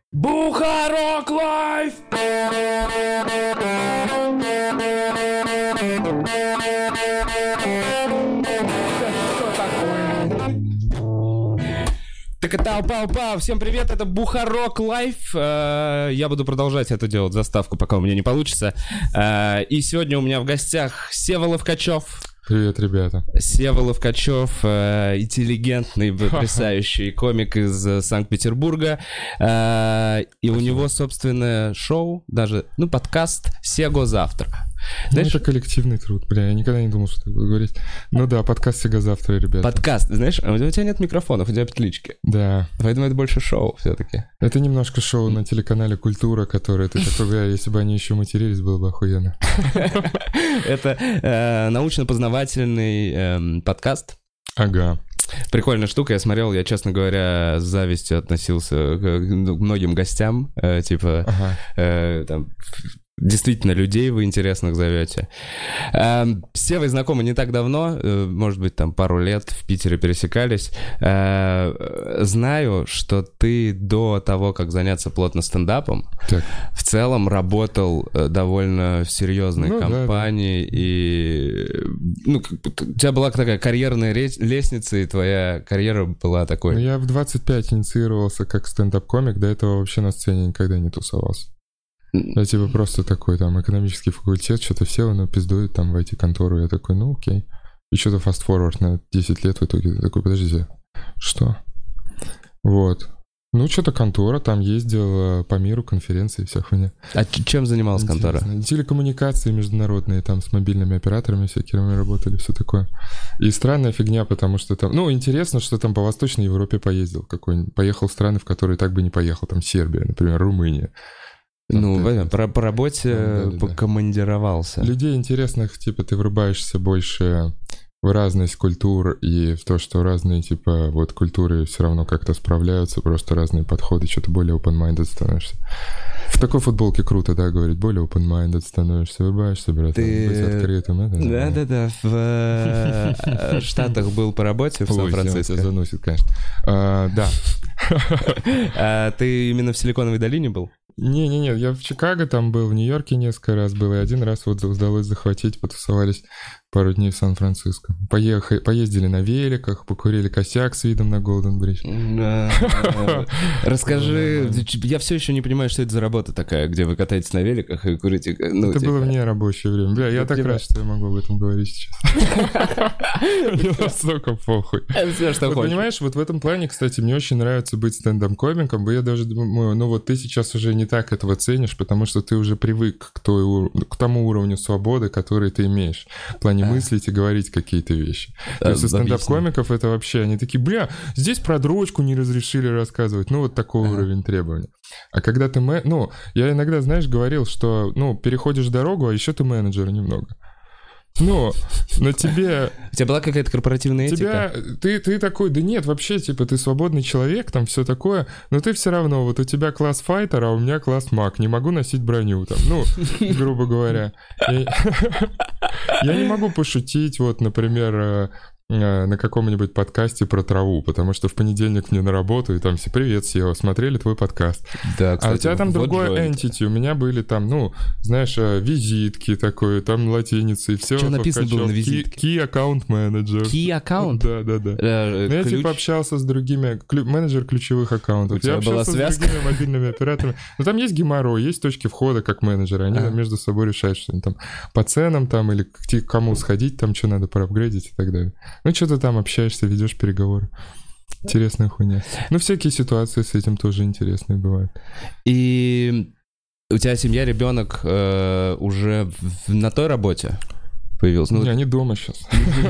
Бухарок Лайф! Так это пау-пау. Всем привет, это Бухарок Лайф. Я буду продолжать это делать, заставку, пока у меня не получится. И сегодня у меня в гостях Сева Ловкачев. Привет, ребята. Сева Ловкачев, интеллигентный, потрясающий комик из Санкт-Петербурга. И у него собственное шоу, даже, подкаст «Сего завтра». Знаешь, это коллективный труд, я никогда не думал, что так буду говорить. Ну да, подкаст «Сего завтра», ребята. Подкаст, знаешь, у тебя нет микрофонов, у тебя петлички. Да. Поэтому это больше шоу все-таки. Это немножко шоу на телеканале «Культура», которое ты такой, если бы они еще матерились, было бы охуенно. Это научно-познавательный подкаст. Ага. Прикольная штука, я смотрел, я, честно говоря, с завистью относился к многим гостям, действительно, людей вы интересных зовете. С Севой знакомы не так давно, может быть, пару лет в Питере пересекались. Знаю, что ты до того, как заняться плотно стендапом, в целом работал довольно в серьезной компании, и у тебя была такая карьерная лестница, и твоя карьера была такой. Я в 25 инициировался как стендап-комик, до этого вообще на сцене никогда не тусовался. Я просто такой, экономический факультет, что-то сел, пиздует в IT-контору. Я такой, окей. И что-то фаст-форвард на 10 лет в итоге. Я такой, подождите, что? Вот. Что-то контора, там ездил по миру, конференции, вся хуйня. А чем занималась контора? Телекоммуникации международные, с мобильными операторами всякими мы работали, все такое. И странная фигня, потому что интересно, что по Восточной Европе поездил какой-нибудь. Поехал в страны, в которые так бы не поехал. Сербия, например, Румыния. По работе покомандировался. Людей интересных, ты врубаешься больше в разность культур и в то, что разные, культуры все равно как-то справляются, просто разные подходы, что-то более open-minded становишься. В такой футболке круто, говорить, более open-minded становишься, врубаешься, брат, быть открытым. Да. В Штатах был по работе в Сан-Франциско. Ой, заносит, конечно. Да. Ты именно в Силиконовой долине был? Не, я в Чикаго там был, в Нью-Йорке несколько раз был, и один раз удалось захватить, потусовались пару дней в Сан-Франциско. Поездили на великах, покурили косяк с видом на Голден-Бридж. Расскажи, я все еще не понимаю, что это за работа такая, где вы катаетесь на великах и курите. Это было вне рабочее время. Я так рад, что я могу об этом говорить сейчас. Мне настолько похуй. Все, что хочешь. Понимаешь, в этом плане, кстати, мне очень нравится быть стендап-комиком, я даже думаю, ты сейчас уже не так этого ценишь, потому что ты уже привык к тому уровню свободы, который ты имеешь. В плане мыслить и говорить какие-то вещи. То есть у стендап-комиков это вообще, они такие, здесь про дрочку не разрешили рассказывать. Такой уровень требований. А когда ты... я иногда, говорил, что, переходишь дорогу, а еще ты менеджер немного. Но тебе... У тебя была какая-то корпоративная этика? Ты такой, да нет, вообще, ты свободный человек, все такое, но ты все равно, у тебя класс файтер, а у меня класс маг, не могу носить броню, грубо говоря. Я не могу пошутить, например, на каком-нибудь подкасте про траву, потому что в понедельник мне на работу, и все, привет, Сева, смотрели твой подкаст. Да, кстати, а у тебя там другой entity, у меня были визитки такой, латиницы и все. Что написано было на визитке? Key Account Manager. Key Account? Да. Я общался с другими, менеджер ключевых аккаунтов. Я общался с другими мобильными операторами. Там есть геморрой, есть точки входа как менеджеры, они между собой решают, что они по ценам или к кому сходить, что надо проапгрейдить и так далее. Что-то общаешься, ведешь переговоры. Интересная хуйня. Всякие ситуации с этим тоже интересные бывают. И у тебя семья, ребенок уже на той работе появился? Не, они дома сейчас.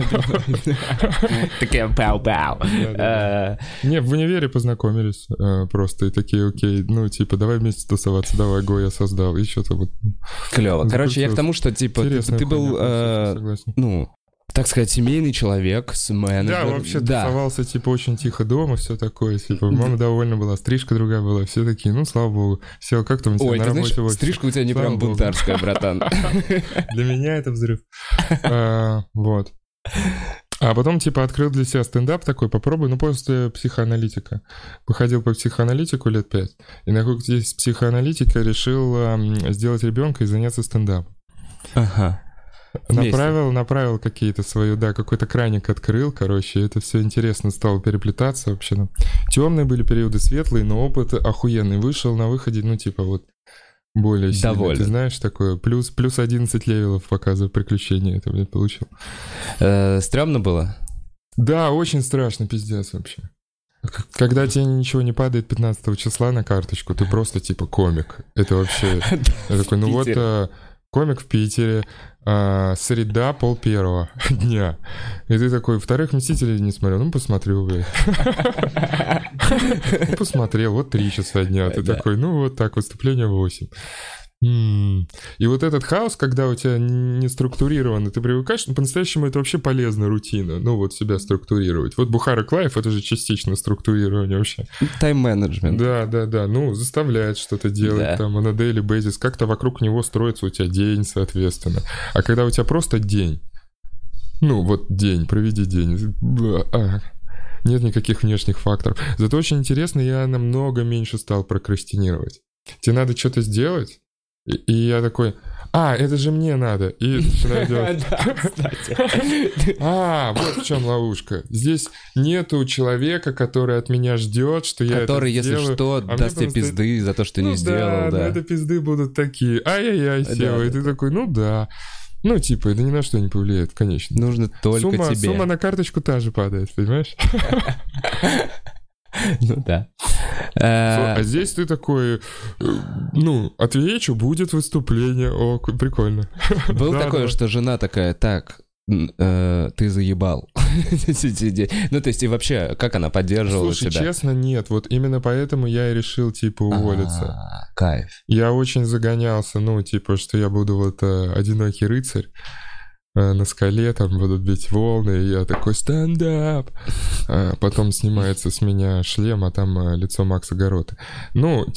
Такие пау-пау. Не, в универе познакомились просто, и такие, окей, давай вместе тусоваться, давай, го, я создал, и что-то Клево. Короче, я к тому, что, ты был, так сказать, семейный человек с менеджером. Да, вообще тусовался, очень тихо дома, все такое, мама довольна была, стрижка другая была, все такие, слава богу. Сел, как там у тебя на работе? Ой, стрижка у тебя не прям бунтарская, братан. Для меня это взрыв. Вот. А потом, типа, открыл для себя стендап такой, попробуй, после психоаналитика. Походил по психоаналитику лет 5. И на какой-то здесь психоаналитика решил сделать ребенка и заняться стендапом. Ага. Направил какие-то свои, какой-то краник открыл, короче, это все интересно стало переплетаться вообще. Темные были периоды, светлые, но опыт охуенный. Вышел на выходе, более сильный. Довольно. Ты знаешь, такое, плюс 11 левелов показывает приключения, это, блядь, получил. Стрёмно было? Да, очень страшно, пиздец вообще. Когда тебе ничего не падает 15 числа на карточку, ты просто типа комик. Это вообще... Я такой, комик в Питере, среда 12:30 дня. И ты такой, вторых «Мстителей» не смотрел? Посмотрю, блядь. Посмотрел, 3 часа дня. Ты такой, так, выступление 8. И вот этот хаос, когда у тебя не структурировано, ты привыкаешь, по-настоящему это вообще полезная рутина, себя структурировать. Бухара Клайв, это же частично структурирование вообще. Тайм-менеджмент. Да, заставляет что-то делать, там, на daily basis, как-то вокруг него строится у тебя день, соответственно. А когда у тебя просто день, день, проведи день, нет никаких внешних факторов. Зато очень интересно, я намного меньше стал прокрастинировать. Тебе надо что-то сделать, и я такой, это же мне надо. И начинаю делать. Вот в чем ловушка. Здесь нету человека, который от меня ждет, что я который, это сделаю. Если что, даст тебе пизды за то, что не сделал. Да, это пизды будут такие. Ай-яй-яй, Сева. И ты такой, это ни на что не повлияет, конечно. Нужно только тебе. Сумма на карточку та же падает, понимаешь? Да. А здесь ты такой, отвечу, будет выступление. О, прикольно. Было такое, что жена такая, так, ты заебал. То есть и вообще, как она поддерживала тебя? Слушай, честно, нет. Именно поэтому я и решил, уволиться. Кайф. Я очень загонялся, что я буду одинокий рыцарь. На скале там будут бить волны, и я такой стендап. Потом снимается с меня шлем, а там лицо Макса Гороты. Потому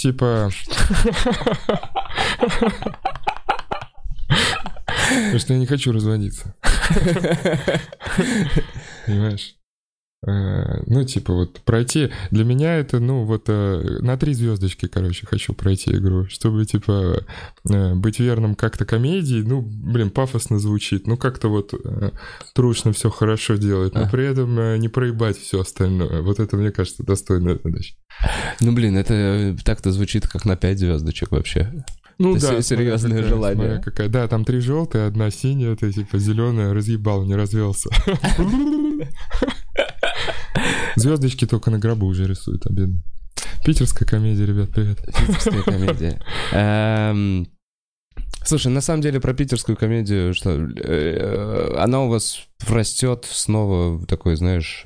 что я не хочу разводиться. Понимаешь? Пройти. Для меня это, на 3 звездочки, хочу пройти игру, чтобы, быть верным как-то комедии, пафосно звучит, как-то трушно все хорошо делать, но при этом не проебать все остальное. Это, мне кажется, достойная задача. Это так-то звучит, как на 5 звездочек вообще. Серьезное желание. Да, там 3 желтые, 1 синяя, ты зеленая, разъебал, не развелся. Звездочки только на гробу уже рисуют, обидно. Питерская комедия, ребят, привет. Питерская комедия. Слушай, на самом деле про питерскую комедию, что она у вас растет снова в такой, знаешь,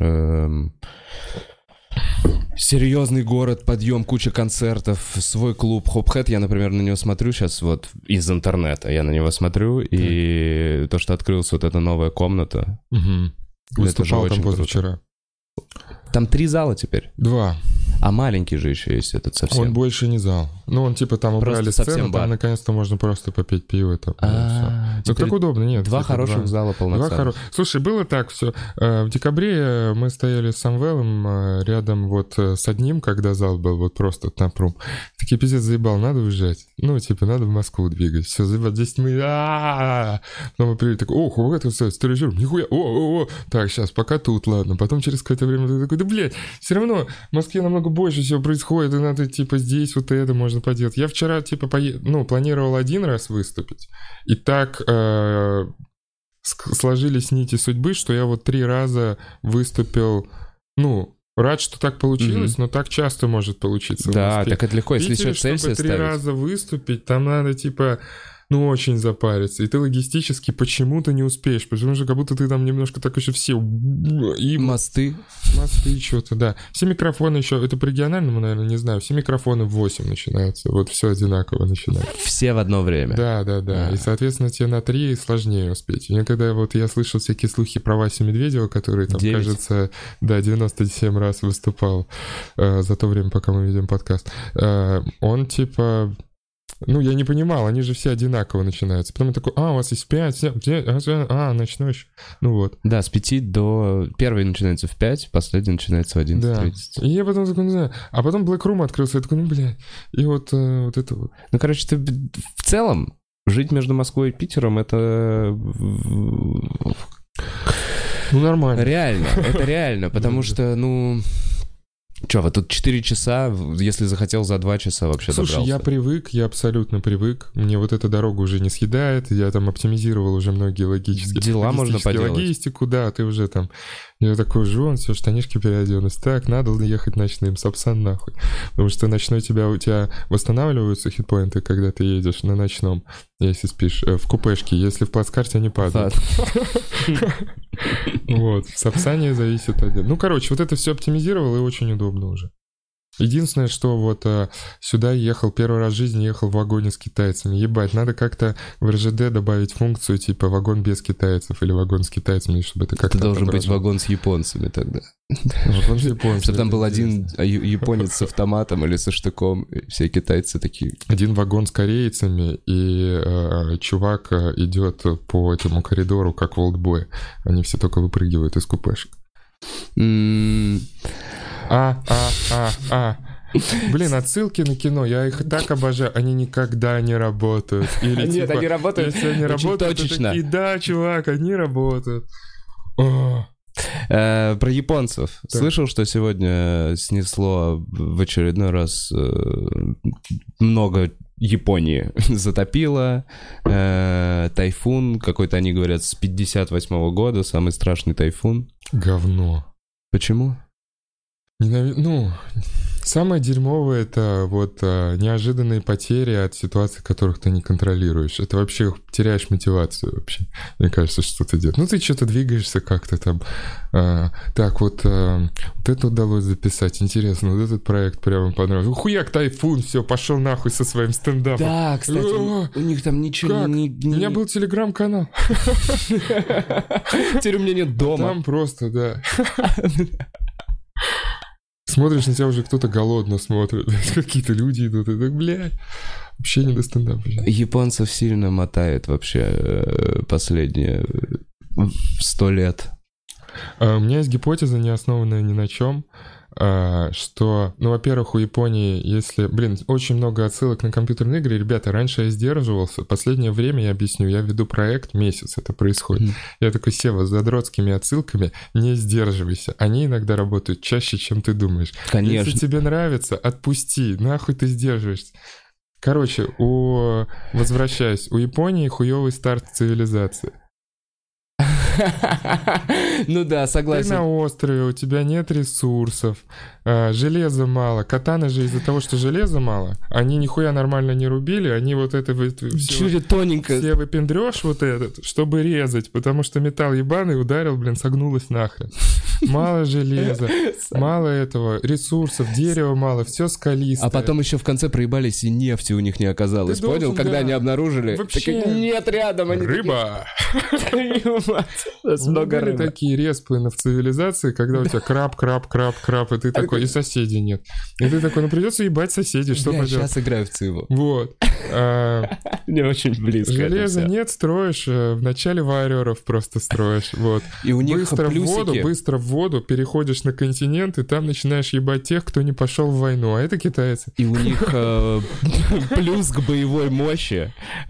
серьезный город, подъем, куча концертов, свой клуб Хопхэт. Я, например, на него смотрю сейчас из интернета. Я на него смотрю, и то, что открылась эта новая комната. Выступал там позавчера. Там 3 зала теперь? 2. А маленький же еще есть этот совсем. Он больше не зал. Там убрали сцену, там наконец-то можно просто попить пиво. Как удобно, нет. 2 хороших зала полноценных. Слушай, было так все. В декабре мы стояли с Самвелом рядом с одним, когда зал был просто напрум. Такие, пиздец, заебал, надо уезжать. Надо в Москву двигать. Все, заебал, здесь мы... Потом мы привели, такой, это сторожер, нихуя, Так, сейчас, пока тут, ладно. Потом через какое-то время ты такой, блядь, все равно в Москве намного больше всего происходит, и надо, здесь это можно поделать. Я вчера, планировал 1 раз выступить, и так сложились нити судьбы, что я 3 раза выступил, рад, что так получилось, но так часто может получиться. Да, так это легко, если еще цель себе ставить. 3 раза выступить, там надо, очень запариться. И ты логистически почему-то не успеешь, потому что как будто ты там немножко так еще все... И мосты, что-то, да. Все микрофоны еще... Это по региональному, наверное, не знаю. Все микрофоны в 8 начинаются. Все одинаково начинается. Все в одно время. Да. И, соответственно, тебе на 3 сложнее успеть. Мне когда я слышал всякие слухи про Васю Медведева, который там, 9. кажется, 97 раз выступал за то время, пока мы ведем подкаст. Он, Ну, я не понимал, они же все одинаково начинаются. Потом я такой, у вас есть 5, ночной еще. Ну вот. Да, с 5 до... Первый начинается в 5, последний начинается в 11:30. Да. И я потом такой, не знаю. А потом Black Room открылся, я такой, И вот это вот. Ну, короче, ты в целом жить между Москвой и Питером — это... Ну, нормально. Реально, это реально, потому что, Че, вот тут 4 часа, если захотел, за 2 часа вообще добрался. Слушай, я привык, я абсолютно привык. Мне вот эта дорога уже не съедает. Я там оптимизировал уже многие логические... Дела можно поделать. Логистику, да, ты уже там... Я такой жжён, все, штанишки переоделись. Так, надо ехать ночным, сапсан нахуй. Потому что ночной у тебя восстанавливаются хитпоинты, когда ты едешь на ночном, если спишь, в купешке. Если в плацкарте, они падают. Вот, в сапсане зависит от... Ну, короче, вот это все оптимизировал, и очень удобно уже. Единственное, что вот сюда ехал, первый раз в жизни ехал в вагоне с китайцами. Ебать, надо как-то в РЖД добавить функцию типа вагон без китайцев или вагон с китайцами, чтобы это как-то... Это должен быть вагон с японцами тогда. Вагон с японцами. Чтобы там был один японец с автоматом или со штыком, и все китайцы такие... Один вагон с корейцами, и чувак идет по этому коридору, как в Олдбой. Они все только выпрыгивают из купешек. Блин, отсылки на кино, я их так обожаю, они никогда не работают. Или, нет, они работают если они очень работают, точечно. Такие, да, чувак, они работают. Про японцев. Да. Слышал, что сегодня снесло в очередной раз много Японии. Затопило. Тайфун какой-то, они говорят, с 58-го года, самый страшный тайфун. Говно. Почему? Самое дерьмовое — это вот неожиданные потери от ситуаций, которых ты не контролируешь. Это вообще теряешь мотивацию вообще. Мне кажется, что ты делаешь. Ты что-то двигаешься как-то там. Так, вот это удалось записать. Интересно, вот этот проект прямо понравился. Хуяк, тайфун, все, пошел нахуй со своим стендапом. Да, кстати, у них там ничего не... У меня был телеграм-канал. Теперь у меня нет дома. Там просто, да. Смотришь, на тебя уже кто-то голодно смотрит. Какие-то люди идут, и так, вообще не до стендапа. Японцев сильно мотает вообще последние 100 лет. У меня есть гипотеза, не основанная ни на чем, что, во-первых, у Японии, если... очень много отсылок на компьютерные игры. Ребята, раньше я сдерживался. Последнее время, я объясню, я веду проект, месяц это происходит. Я такой, Сева, с задротскими отсылками не сдерживайся. Они иногда работают чаще, чем ты думаешь. Конечно. Если тебе нравится, отпусти. Нахуй ты сдерживаешься. Короче, возвращаясь, у Японии хуёвый старт цивилизации. Ну да, согласен. Ты на острове, у тебя нет ресурсов, железа мало. Катаны же из-за того, что железа мало, они нихуя нормально не рубили, они вот это все тоненько. Все выпендрёшь вот этот, чтобы резать, потому что металл ебаный ударил, согнулось нахрен. Мало железа, мало этого, ресурсов, дерева мало, все скалистое. А потом еще в конце проебались, и нефти у них не оказалось. Ты понял, когда они обнаружили? Вообще... Нет рядом. Они рыба! Много рыбы. Такие респлены в цивилизации, когда у тебя краб, и ты такой, и соседей нет. И ты такой, придется ебать соседей, что поделать. Сейчас играю в Циву. Вот. Мне очень близко. Железа нет, строишь, в начале варьеров просто строишь, вот. И у них быстро в воду, переходишь на континент, и там начинаешь ебать тех, кто не пошел в войну, а это китайцы. И у них плюс к боевой мощи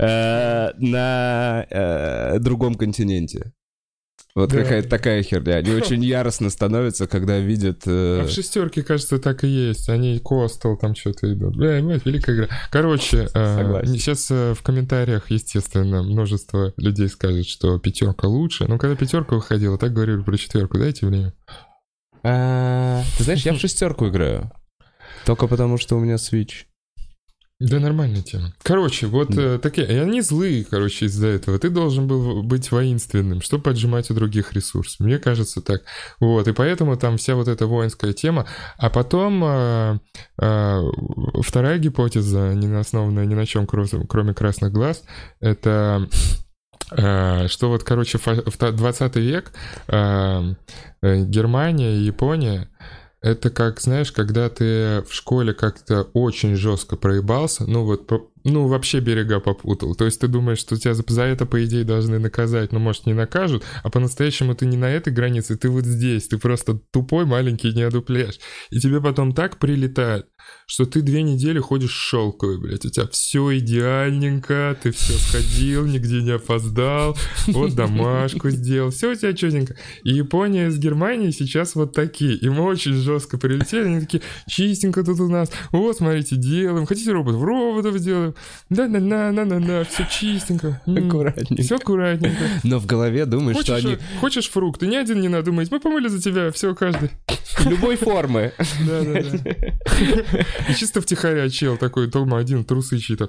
на другом континенте. Вот да. Какая-то такая херня. Они очень яростно становятся, когда видят... в «Шестерке», кажется, так и есть. Они Костел там что-то идут. Великая игра. Короче, сейчас в комментариях, естественно, множество людей скажет, что 5 лучше. Но когда 5 выходила, так говорили про 4. Дайте время. Ты знаешь, я в 6 играю. Только потому, что у меня Switch. Да, нормальная тема. Короче, вот такие... И они злые, из-за этого. Ты должен был быть воинственным, чтобы поджимать у других ресурсов. Мне кажется так. Вот, и поэтому там вся вот эта воинская тема. А потом вторая гипотеза, не основанная ни на чем, кроме красных глаз, это... что вот, в 20 век Германия и Япония — Это как, знаешь, когда ты в школе как-то очень жестко проебался, вообще берега попутал. То есть ты думаешь, что тебя за это, по идее, должны наказать, но, может, не накажут, а по-настоящему ты не на этой границе, ты вот здесь, ты просто тупой, маленький, не одуплешь. И тебе потом так прилетает, что ты 2 недели ходишь шелковый, блядь, у тебя все идеальненько, ты все сходил, нигде не опоздал, вот домашку сделал, все у тебя четенько. И Япония с Германией сейчас вот такие, им очень жестко прилетели, они такие, чистенько тут у нас, вот, смотрите, делаем, хотите роботов сделаем, да-да-да, все чистенько. Аккуратненько. Все аккуратненько. Но в голове думаешь, что они... Хочешь фрукты, ни один не надо мыть, мы помыли за тебя, все, каждый. Любой формы. Да-да-да. И чисто втихаря чел такой, дома один, трусы чьи-то.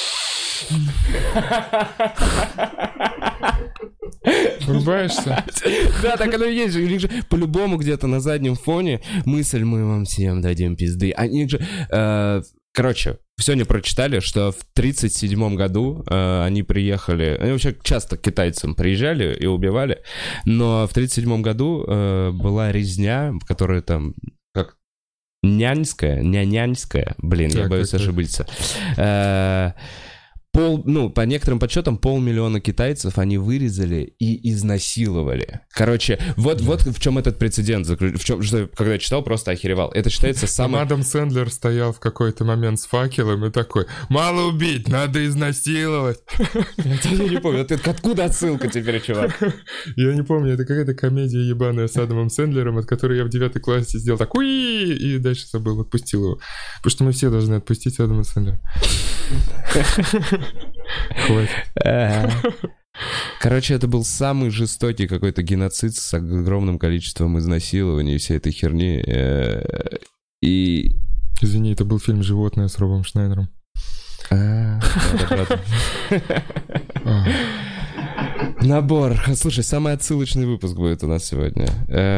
Врубаешься? Да, так оно и есть же. У них же по-любому где-то на заднем фоне мысль: мы вам всем дадим пизды. Они же... Короче, сегодня прочитали, что в 1937 году они приехали... Они вообще часто к китайцам приезжали и убивали, но в 1937 году была резня, которая там... как няньская, блин, я боюсь ошибиться. По некоторым подсчетам, 500 000 китайцев они вырезали и изнасиловали. Короче, вот в чем этот прецедент заключается. Когда я читал, просто охеревал. Это считается самым... Адам Сэндлер стоял в какой-то момент с факелом и такой: мало убить, надо изнасиловать. Я не помню, откуда отсылка теперь, чувак? Я не помню, это какая-то комедия ебаная с Адамом Сэндлером, от которой я в 9 классе сделал так: уи, и дальше забыл, отпустил его. Потому что мы все должны отпустить Адама Сэндлера. Короче, это был самый жестокий какой-то геноцид с огромным количеством изнасилований и всей этой херни. Извини, это был фильм «Животное» с Робом Шнайдером. Набор. Слушай, самый отсылочный выпуск будет у нас сегодня.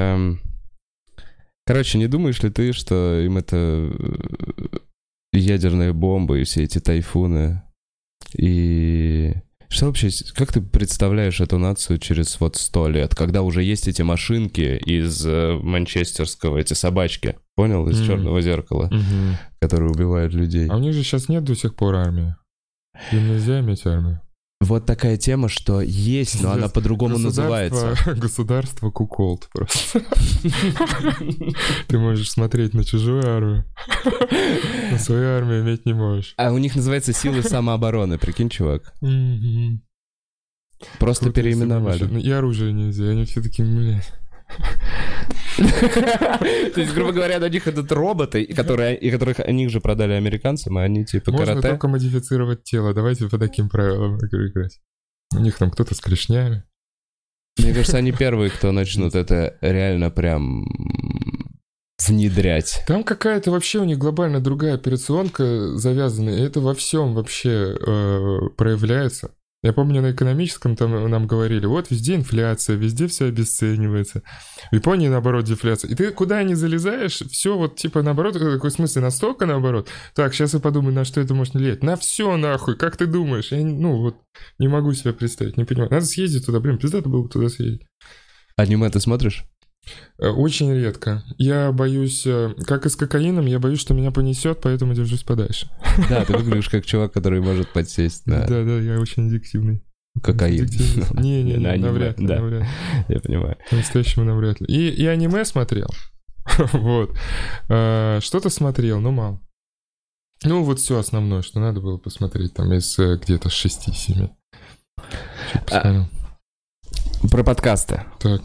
Короче, не думаешь ли ты, что им это ядерные бомбы и все эти тайфуны? И что вообще, как ты представляешь эту нацию через 100 лет, когда уже есть эти машинки из манчестерского, эти собачки, понял, из «Черного зеркала», которые убивают людей? А у них же сейчас нет до сих пор армии. Им нельзя иметь армию. Вот такая тема, что есть, но она по-другому называется. Государство куколд просто. Ты можешь смотреть на чужую армию, но свою армию иметь не можешь. А у них называется силы самообороны, прикинь, чувак. Просто переименовали. И оружие нельзя, они все такие, блядь. То есть, грубо говоря, на них идут роботы, которых они же продали американцам, а они типа карате. Можно только модифицировать тело, давайте по таким правилам играть. У них там кто-то с клешнями. Мне кажется, они первые, кто начнут это реально прям внедрять. Там какая-то вообще у них глобально другая операционка завязана, и это во всем вообще проявляется. Я помню, на экономическом там нам говорили: вот везде инфляция, везде все обесценивается. В Японии, наоборот, дефляция. И ты куда ни залезаешь, все вот типа наоборот, какой смысл, настолько наоборот. Так, сейчас я подумаю, на что это может влиять. На все нахуй, как ты думаешь? Я не могу себе представить, не понимаю. Надо съездить туда, блин, пиздато было бы туда съездить. Аниме ты смотришь? Очень редко. Я боюсь, как и с кокаином, я боюсь, что меня понесет, поэтому держусь подальше. Да, ты выглядишь как чувак, который может подсесть на... Да, я очень аддиктивный. Кокаин. Не, навряд ли. Я понимаю. По-настоящему навряд ли. И аниме смотрел. Вот. Что-то смотрел, но мало. Ну, вот все основное, что надо было посмотреть, там из где-то 6-7. Что-то посмотрел. Про подкасты. Так.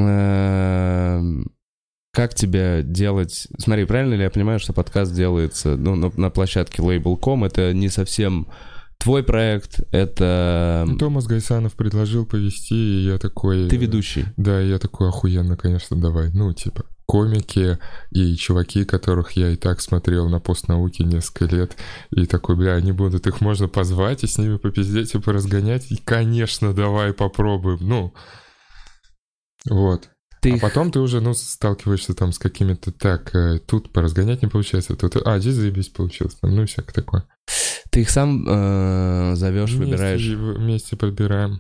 Как тебе делать... Смотри, правильно ли я понимаю, что подкаст делается на площадке Label.com? Это не совсем твой проект, это... Томас Гайсанов предложил повести, и я такой... Ты ведущий. Да, и я такой: охуенно, конечно, давай. Комики и чуваки, которых я и так смотрел на постнауке несколько лет, и такой: бля, они будут, их можно позвать и с ними попиздеть и поразгонять, и, конечно, давай попробуем, вот. Потом ты уже, сталкиваешься там с какими-то, тут поразгонять не получается, тут, здесь заебись получилось, там, всякое такое. Ты их сам зовешь, выбираешь? Вместе подбираем,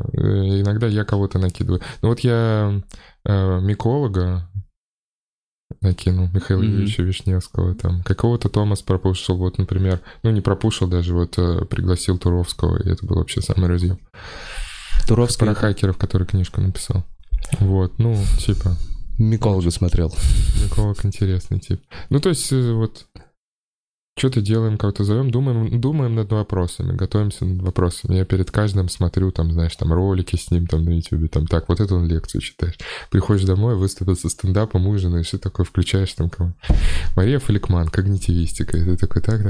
иногда я кого-то накидываю. Я миколога накинул Михаила Ильича Вишневского, там, какого-то Томас пропушил, вот, например, ну, не пропушил даже, вот, пригласил Туровского, и это был вообще самый разъем. Туровский? Про хакеров, который книжку написал. Вот, ну, типа... Миколога смотрел. Миколог интересный тип. Ну, то есть, вот... Что-то делаем, как-то зовем, думаем над вопросами, готовимся над вопросами. Я перед каждым смотрю, там, знаешь, там ролики с ним там на YouTube, там, так, вот эту лекцию читаешь. Приходишь домой, выступил со стендапом, ужинаешь, и такой включаешь там кого. Мария Фаликман, когнитивистика. И ты такой, так.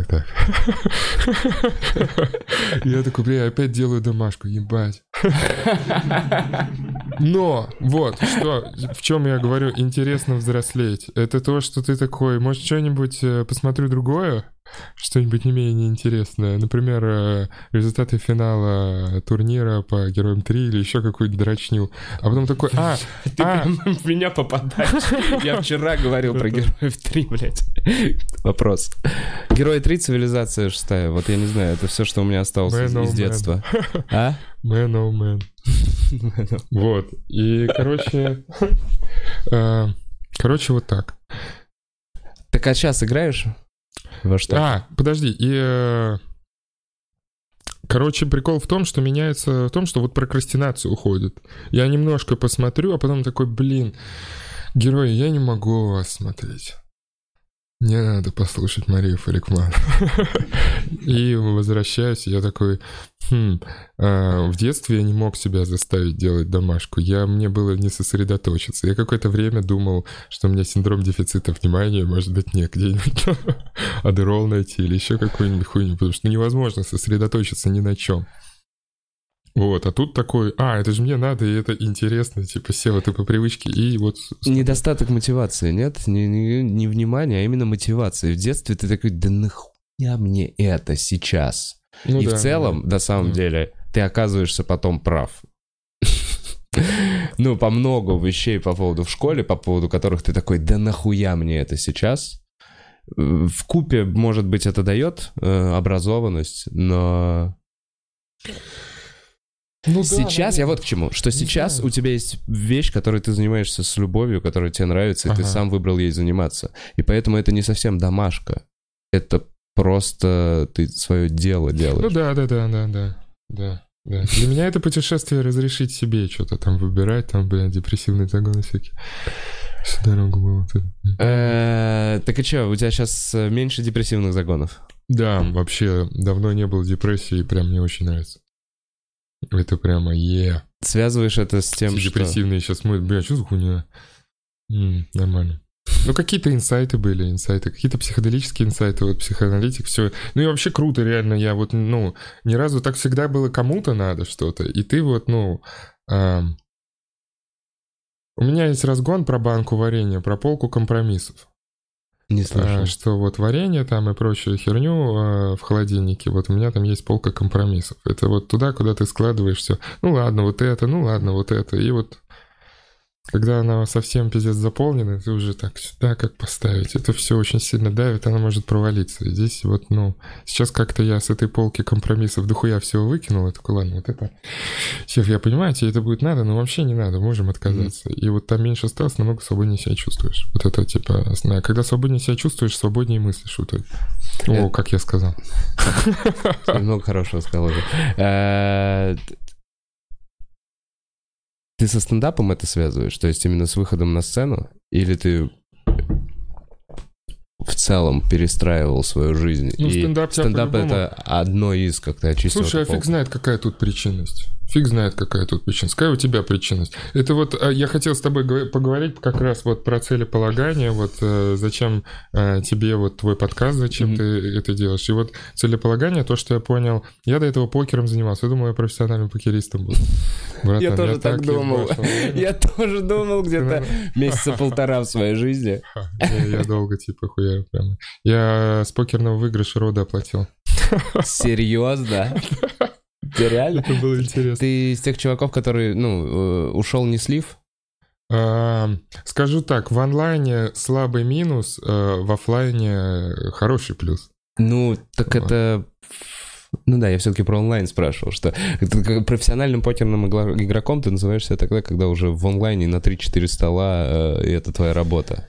Я такой, бля, опять делаю домашку, ебать. Но, вот, что, в чем я говорю, интересно взрослеть. Это то, что ты такой, может, что-нибудь посмотрю другое? Что-нибудь не менее интересное. Например, результаты финала турнира по Героям 3 или еще какую-нибудь дрочню. А потом такой, Ты прям в меня попадаешь. Я вчера говорил про Героев 3, блядь. Вопрос. Герои 3, цивилизация 6. Вот я не знаю, это все, что у меня осталось из детства. А? Man, oh man. Вот. И, короче, вот так. Так а сейчас играешь? Во что? Подожди, короче, прикол в том, что меняется в том, что вот прокрастинация уходит. Я немножко посмотрю, а потом такой, блин, герои, я не могу вас смотреть. Мне надо послушать Марию Фаликман. И возвращаюсь, я такой, в детстве я не мог себя заставить делать домашку. Мне было не сосредоточиться. Я какое-то время думал, что у меня синдром дефицита внимания, может быть, где-нибудь Адderall найти или еще какую-нибудь хуйню, потому что невозможно сосредоточиться ни на чем. Вот, а тут такой, это же мне надо, и это интересно, типа, сел ты по привычке, и вот... Недостаток мотивации, нет? Не внимания, а именно мотивации. В детстве ты такой, да нахуя мне это сейчас? И в целом, на самом деле, ты оказываешься потом прав. Ну, по много вещей по поводу в школе, по поводу которых ты такой, да нахуя мне это сейчас? Вкупе, может быть, это дает образованность, но... Сейчас, я вот к чему, что сейчас у тебя есть вещь, которой ты занимаешься с любовью, которая тебе нравится, и ты сам выбрал ей заниматься. И поэтому это не совсем домашка. Это просто ты свое дело делаешь. Ну да. Для меня это путешествие разрешить себе что-то там выбирать, там, депрессивные загоны всякие. Всю дорогу было. Так и что, у тебя сейчас меньше депрессивных загонов? Да, вообще давно не было депрессии, и прям мне очень нравится. Это прямо Связываешь это с тем, что... Депрессивные сейчас смотрят, что за хуйня? Нормально. Ну, какие-то инсайты были, какие-то психоделические инсайты, вот психоаналитик, все. Ну, и вообще круто, реально, я вот, ни разу так всегда было кому-то надо что-то, и ты вот, у меня есть разгон про банку варенья, про полку компромиссов. Не слышал. Что вот варенье там и прочую херню в холодильнике, вот у меня там есть полка компромиссов. Это вот туда, куда ты складываешь все. Ну ладно, вот это. И вот когда она совсем пиздец заполнена, ты уже так сюда как поставить. Это все очень сильно давит, она может провалиться. И здесь вот, сейчас как-то я с этой полки компромиссов дохуя всего выкинул. Я такой, ладно, вот это... Шеф, я понимаю, тебе это будет надо, но вообще не надо, можем отказаться. И вот там меньше осталось, намного свободнее себя чувствуешь. Вот это типа основное. Когда свободнее себя чувствуешь, свободнее мыслишь. О, как я сказал. Много хорошего сказал. Ты со стендапом это связываешь? То есть именно с выходом на сцену? Или ты в целом перестраивал свою жизнь? Стендап это одно из как-то очистил. Слушай, фиг знает, какая тут причинность. Какая у тебя причинность. Это вот я хотел с тобой поговорить как раз вот про целеполагание, вот зачем тебе вот твой подкаст, зачем ты это делаешь. И вот целеполагание, то, что я понял, я до этого покером занимался, я думал, я профессиональным покеристом буду. Братан, я тоже так думал. Я тоже думал где-то месяца полтора в своей жизни. Я долго хуярил прямо. Я с покерного выигрыша рода оплатил. Серьезно? Ты реально? Это было интересно. Ты из тех чуваков, который, ушел не слив? Скажу так, в онлайне слабый минус, в офлайне хороший плюс. Так это... я все-таки про онлайн спрашивал, что профессиональным покерным игроком ты называешься тогда, когда уже в онлайне на 3-4 стола, и это твоя работа.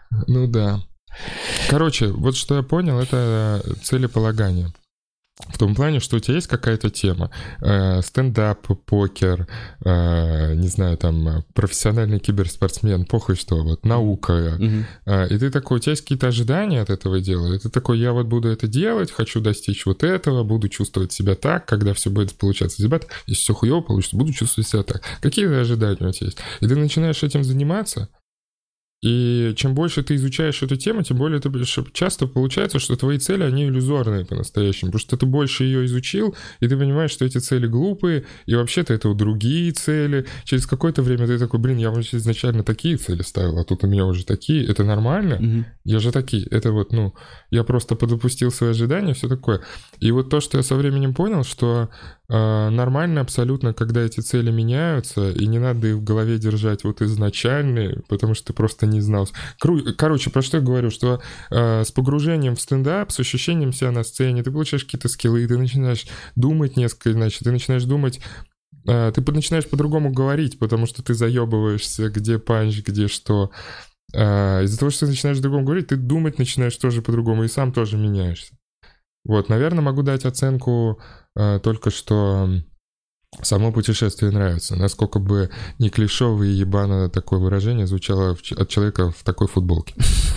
Ну да. Короче, вот что я понял, это целеполагание. В том плане, что у тебя есть какая-то тема, стендап, покер, не знаю, там, профессиональный киберспортсмен, похуй что, вот, наука. И ты такой, у тебя есть какие-то ожидания от этого дела, и ты такой, я вот буду это делать, хочу достичь вот этого, буду чувствовать себя так, когда все будет получаться. Ребята, если все хуёво получится, буду чувствовать себя так. Какие ожидания у тебя есть? И ты начинаешь этим заниматься, и чем больше ты изучаешь эту тему, тем более это часто получается, что твои цели, они иллюзорные по-настоящему, потому что ты больше ее изучил, и ты понимаешь, что эти цели глупые, и вообще-то это другие цели. Через какое-то время ты такой, блин, я вообще изначально такие цели ставил, а тут у меня уже такие, это нормально? Я же такие, это вот, ну, я просто подопустил свои ожидания, все такое. И вот то, что я со временем понял, что нормально абсолютно, когда эти цели меняются, и не надо их в голове держать вот изначальные, потому что ты просто не знал. Короче, про что я говорю, что с погружением в стендап, с ощущением себя на сцене, ты получаешь какие-то скиллы, ты начинаешь думать несколько иначе, ты начинаешь думать, ты начинаешь по-другому говорить, потому что ты заебываешься, где панч, где что. Из-за того, что ты начинаешь по-другому говорить, ты думать начинаешь тоже по-другому, и сам тоже меняешься. Вот, наверное, могу дать оценку только что само путешествие нравится. Насколько бы не клишевое и ебано такое выражение звучало от человека в такой футболке.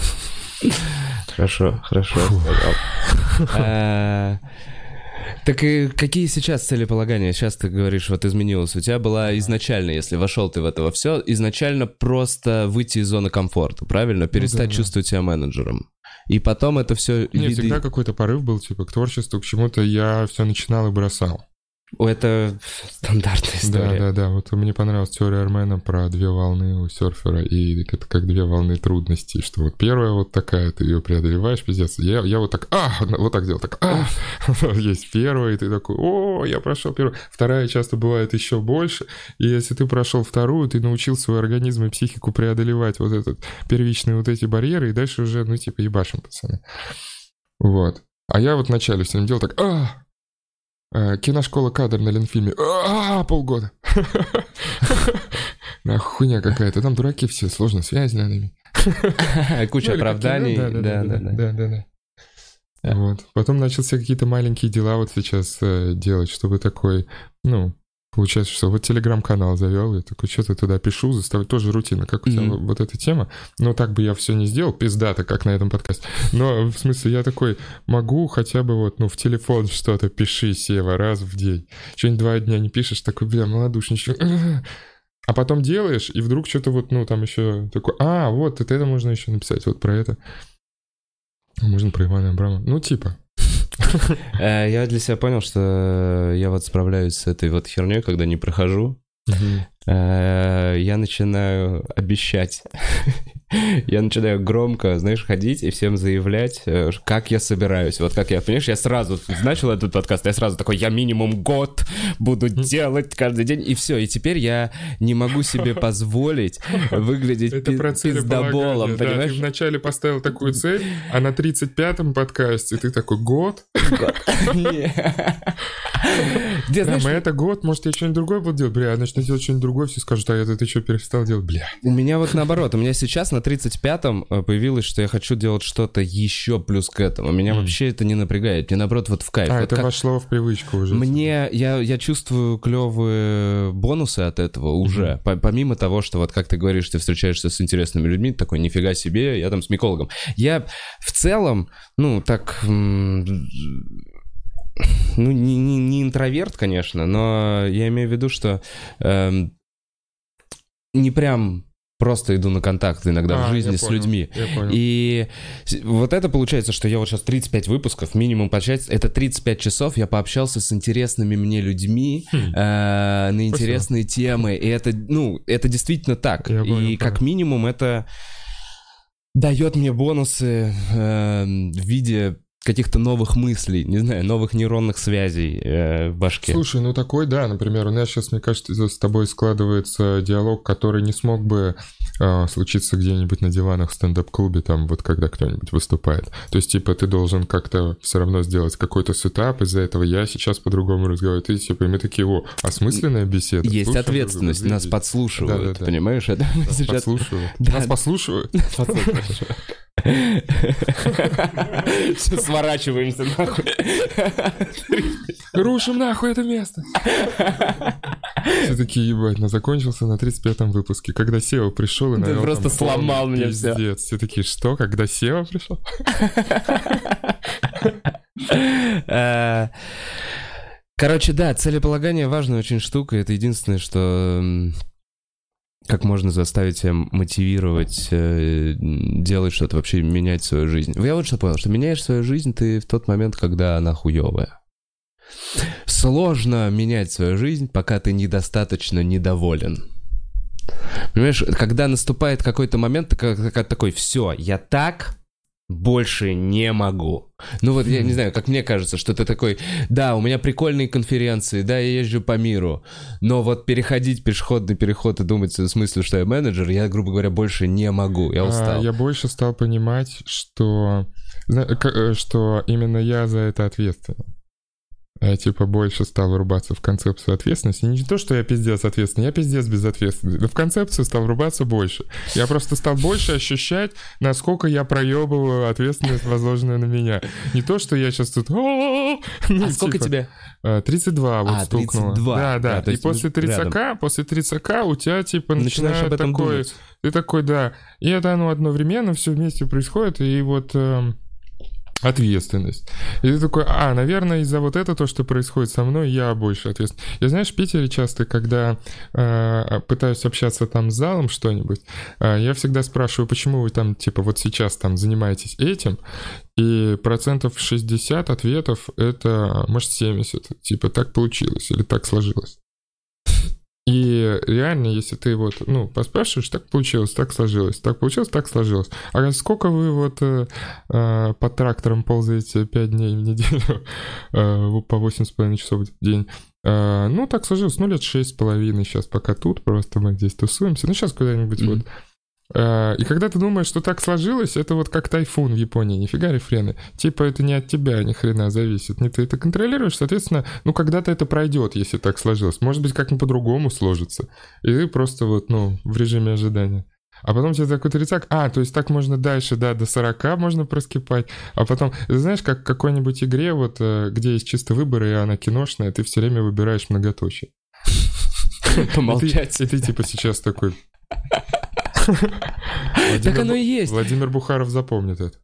Хорошо сказал. Так и какие сейчас целеполагания? Сейчас ты говоришь, вот изменилось. У тебя была изначально, если вошел ты в это во все, изначально просто выйти из зоны комфорта, правильно? Перестать чувствовать себя менеджером. И потом это все... Нет, всегда какой-то порыв был, типа, к творчеству, к чему-то я все начинал и бросал. Это стандартная история. Да. Вот мне понравилась теория Армена про 2 волны у серфера, и это как 2 волны трудностей, что вот первая вот такая, ты ее преодолеваешь, пиздец. Я вот так, вот так делал, так, есть первая, и ты такой, я прошел первую. Вторая часто бывает еще больше, и если ты прошел вторую, ты научил свой организм и психику преодолевать вот этот первичные вот эти барьеры, и дальше уже, ну, типа, ебашим, пацаны. Вот. А я вот вначале всем делал так, киношкола кадр на Ленфильме. Полгода. Хуйня какая-то. Там дураки все, сложно связь надо иметь. Куча оправданий. Да. Вот. Потом начал себе какие-то маленькие дела вот сейчас делать, чтобы такой, ну, получается, что вот телеграм-канал завел, я такой, что-то туда пишу, заставлю, тоже рутина, как у тебя вот эта тема. Но так бы я все не сделал, пиздато, как на этом подкасте. Но, в смысле, я такой, могу хотя бы вот, ну, в телефон что-то пиши, Сева, раз в день. Что-нибудь 2 дня не пишешь, такой, бля, малодушничек. А потом делаешь, и вдруг что-то вот, ну, там еще такой, вот, это можно еще написать, вот про это. Можно про Ивана Абрамова. Ну, типа... Я для себя понял, что я вот справляюсь с этой вот херней, когда не прохожу. Я начинаю обещать. Я начинаю громко, знаешь, ходить и всем заявлять, как я собираюсь. Вот как я, понимаешь, я сразу начал этот подкаст, я сразу такой, я минимум год буду делать каждый день, и все. И теперь я не могу себе позволить выглядеть пиздоболом, понимаешь? Ты вначале поставил такую цель, а на 35-м подкасте ты такой, год? Это год, может, я что-нибудь другое буду делать? Бля, начну делать что-нибудь другое, все скажут, ты что, перестал делать? Бля. У меня вот наоборот, у меня сейчас на 35-м появилось, что я хочу делать что-то еще плюс к этому. Меня вообще это не напрягает, мне наоборот вот в кайф. Это вошло в привычку уже. Я чувствую клевые бонусы от этого уже. Помимо того, что вот как ты говоришь, ты встречаешься с интересными людьми, такой, нифига себе, я там с микологом. Я в целом, ну, так... Ну, не интроверт, конечно, но я имею в виду, что не прям просто иду на контакт иногда в жизни с людьми. И вот это получается, что я вот сейчас 35 выпусков, минимум получается, это 35 часов я пообщался с интересными мне людьми на интересные темы. И это, ну, это действительно так. И как минимум это дает мне бонусы в виде каких-то новых мыслей, не знаю, новых нейронных связей в башке. Слушай, ну такой, да, например, у нас сейчас, мне кажется, с тобой складывается диалог, который не смог бы случиться где-нибудь на диванах в стендап-клубе, там вот когда кто-нибудь выступает. То есть, типа, ты должен как-то все равно сделать какой-то сетап, из-за этого я сейчас по-другому разговариваю, ты, типа, и мы такие, осмысленная беседа. Есть ответственность, нас подслушивают, да, понимаешь? Это нас сейчас... подслушивают. Да. Нас послушивают? Все, сворачиваемся нахуй. Рушим нахуй это место. Все такие, ебать, закончился на 35-м выпуске. Когда Сева пришел и навел. Ты просто сломал меня все. Пиздец. Все такие, что? Когда Сева пришел? Короче, да, целеполагание важная очень штука. Это единственное, что... Как можно заставить себя мотивировать, делать что-то, вообще менять свою жизнь. Я вот что понял, что меняешь свою жизнь ты в тот момент, когда она хуёвая. Сложно менять свою жизнь, пока ты недостаточно недоволен. Понимаешь, когда наступает какой-то момент, ты как такой, все, я так больше не могу. Ну вот, я не знаю, как мне кажется, что ты такой, да, у меня прикольные конференции, да, я езжу по миру, но вот переходить пешеходный переход и думать в смысле, что я менеджер, я, грубо говоря, больше не могу, я устал. Я больше стал понимать, что именно я за это ответственен. Я, типа, больше стал врубаться в концепцию ответственности. Не то, что я пиздец ответственный, я пиздец безответственный. Но в концепцию стал врубаться больше. Я просто стал больше ощущать, насколько я проебываю ответственность, возложенную на меня. Не то, что я сейчас тут... Сколько тебе? 32 вот стукнуло. 32. Да. И после 30к у тебя, типа, начинаешь об этом такой... Думать. Ты такой, да. И это оно одновременно все вместе происходит, и вот... ответственность. И ты такой, наверное, из-за вот этого, то, что происходит со мной, я больше ответственен. Я, знаешь, в Питере часто, когда пытаюсь общаться там с залом что-нибудь, я всегда спрашиваю, почему вы там, типа, вот сейчас там занимаетесь этим, и 60% ответов это, может, 70%. Типа, так получилось или так сложилось. И реально, если ты вот, поспрашиваешь, так получилось, так сложилось, так получилось, так сложилось. А сколько вы вот под трактором ползаете 5 дней в неделю, по 8,5 часов в день? Так сложилось, лет 6,5 сейчас, пока тут, просто мы здесь тусуемся. Сейчас куда-нибудь вот. И когда ты думаешь, что так сложилось, это вот как тайфун в Японии, нифига рефрены. Типа это не от тебя ни хрена зависит. Не ты это контролируешь, соответственно, когда-то это пройдет, если так сложилось. Может быть, как-нибудь по-другому сложится. И ты просто вот, в режиме ожидания. А потом тебе такой тридцак, то есть так можно дальше, да, до 40 можно проскипать. А потом, знаешь, как в какой-нибудь игре, вот, где есть чисто выборы, и она киношная, ты все время выбираешь многоточие. Помолчать. И ты типа сейчас такой... Так оно и есть. Владимир Бухаров запомнит это.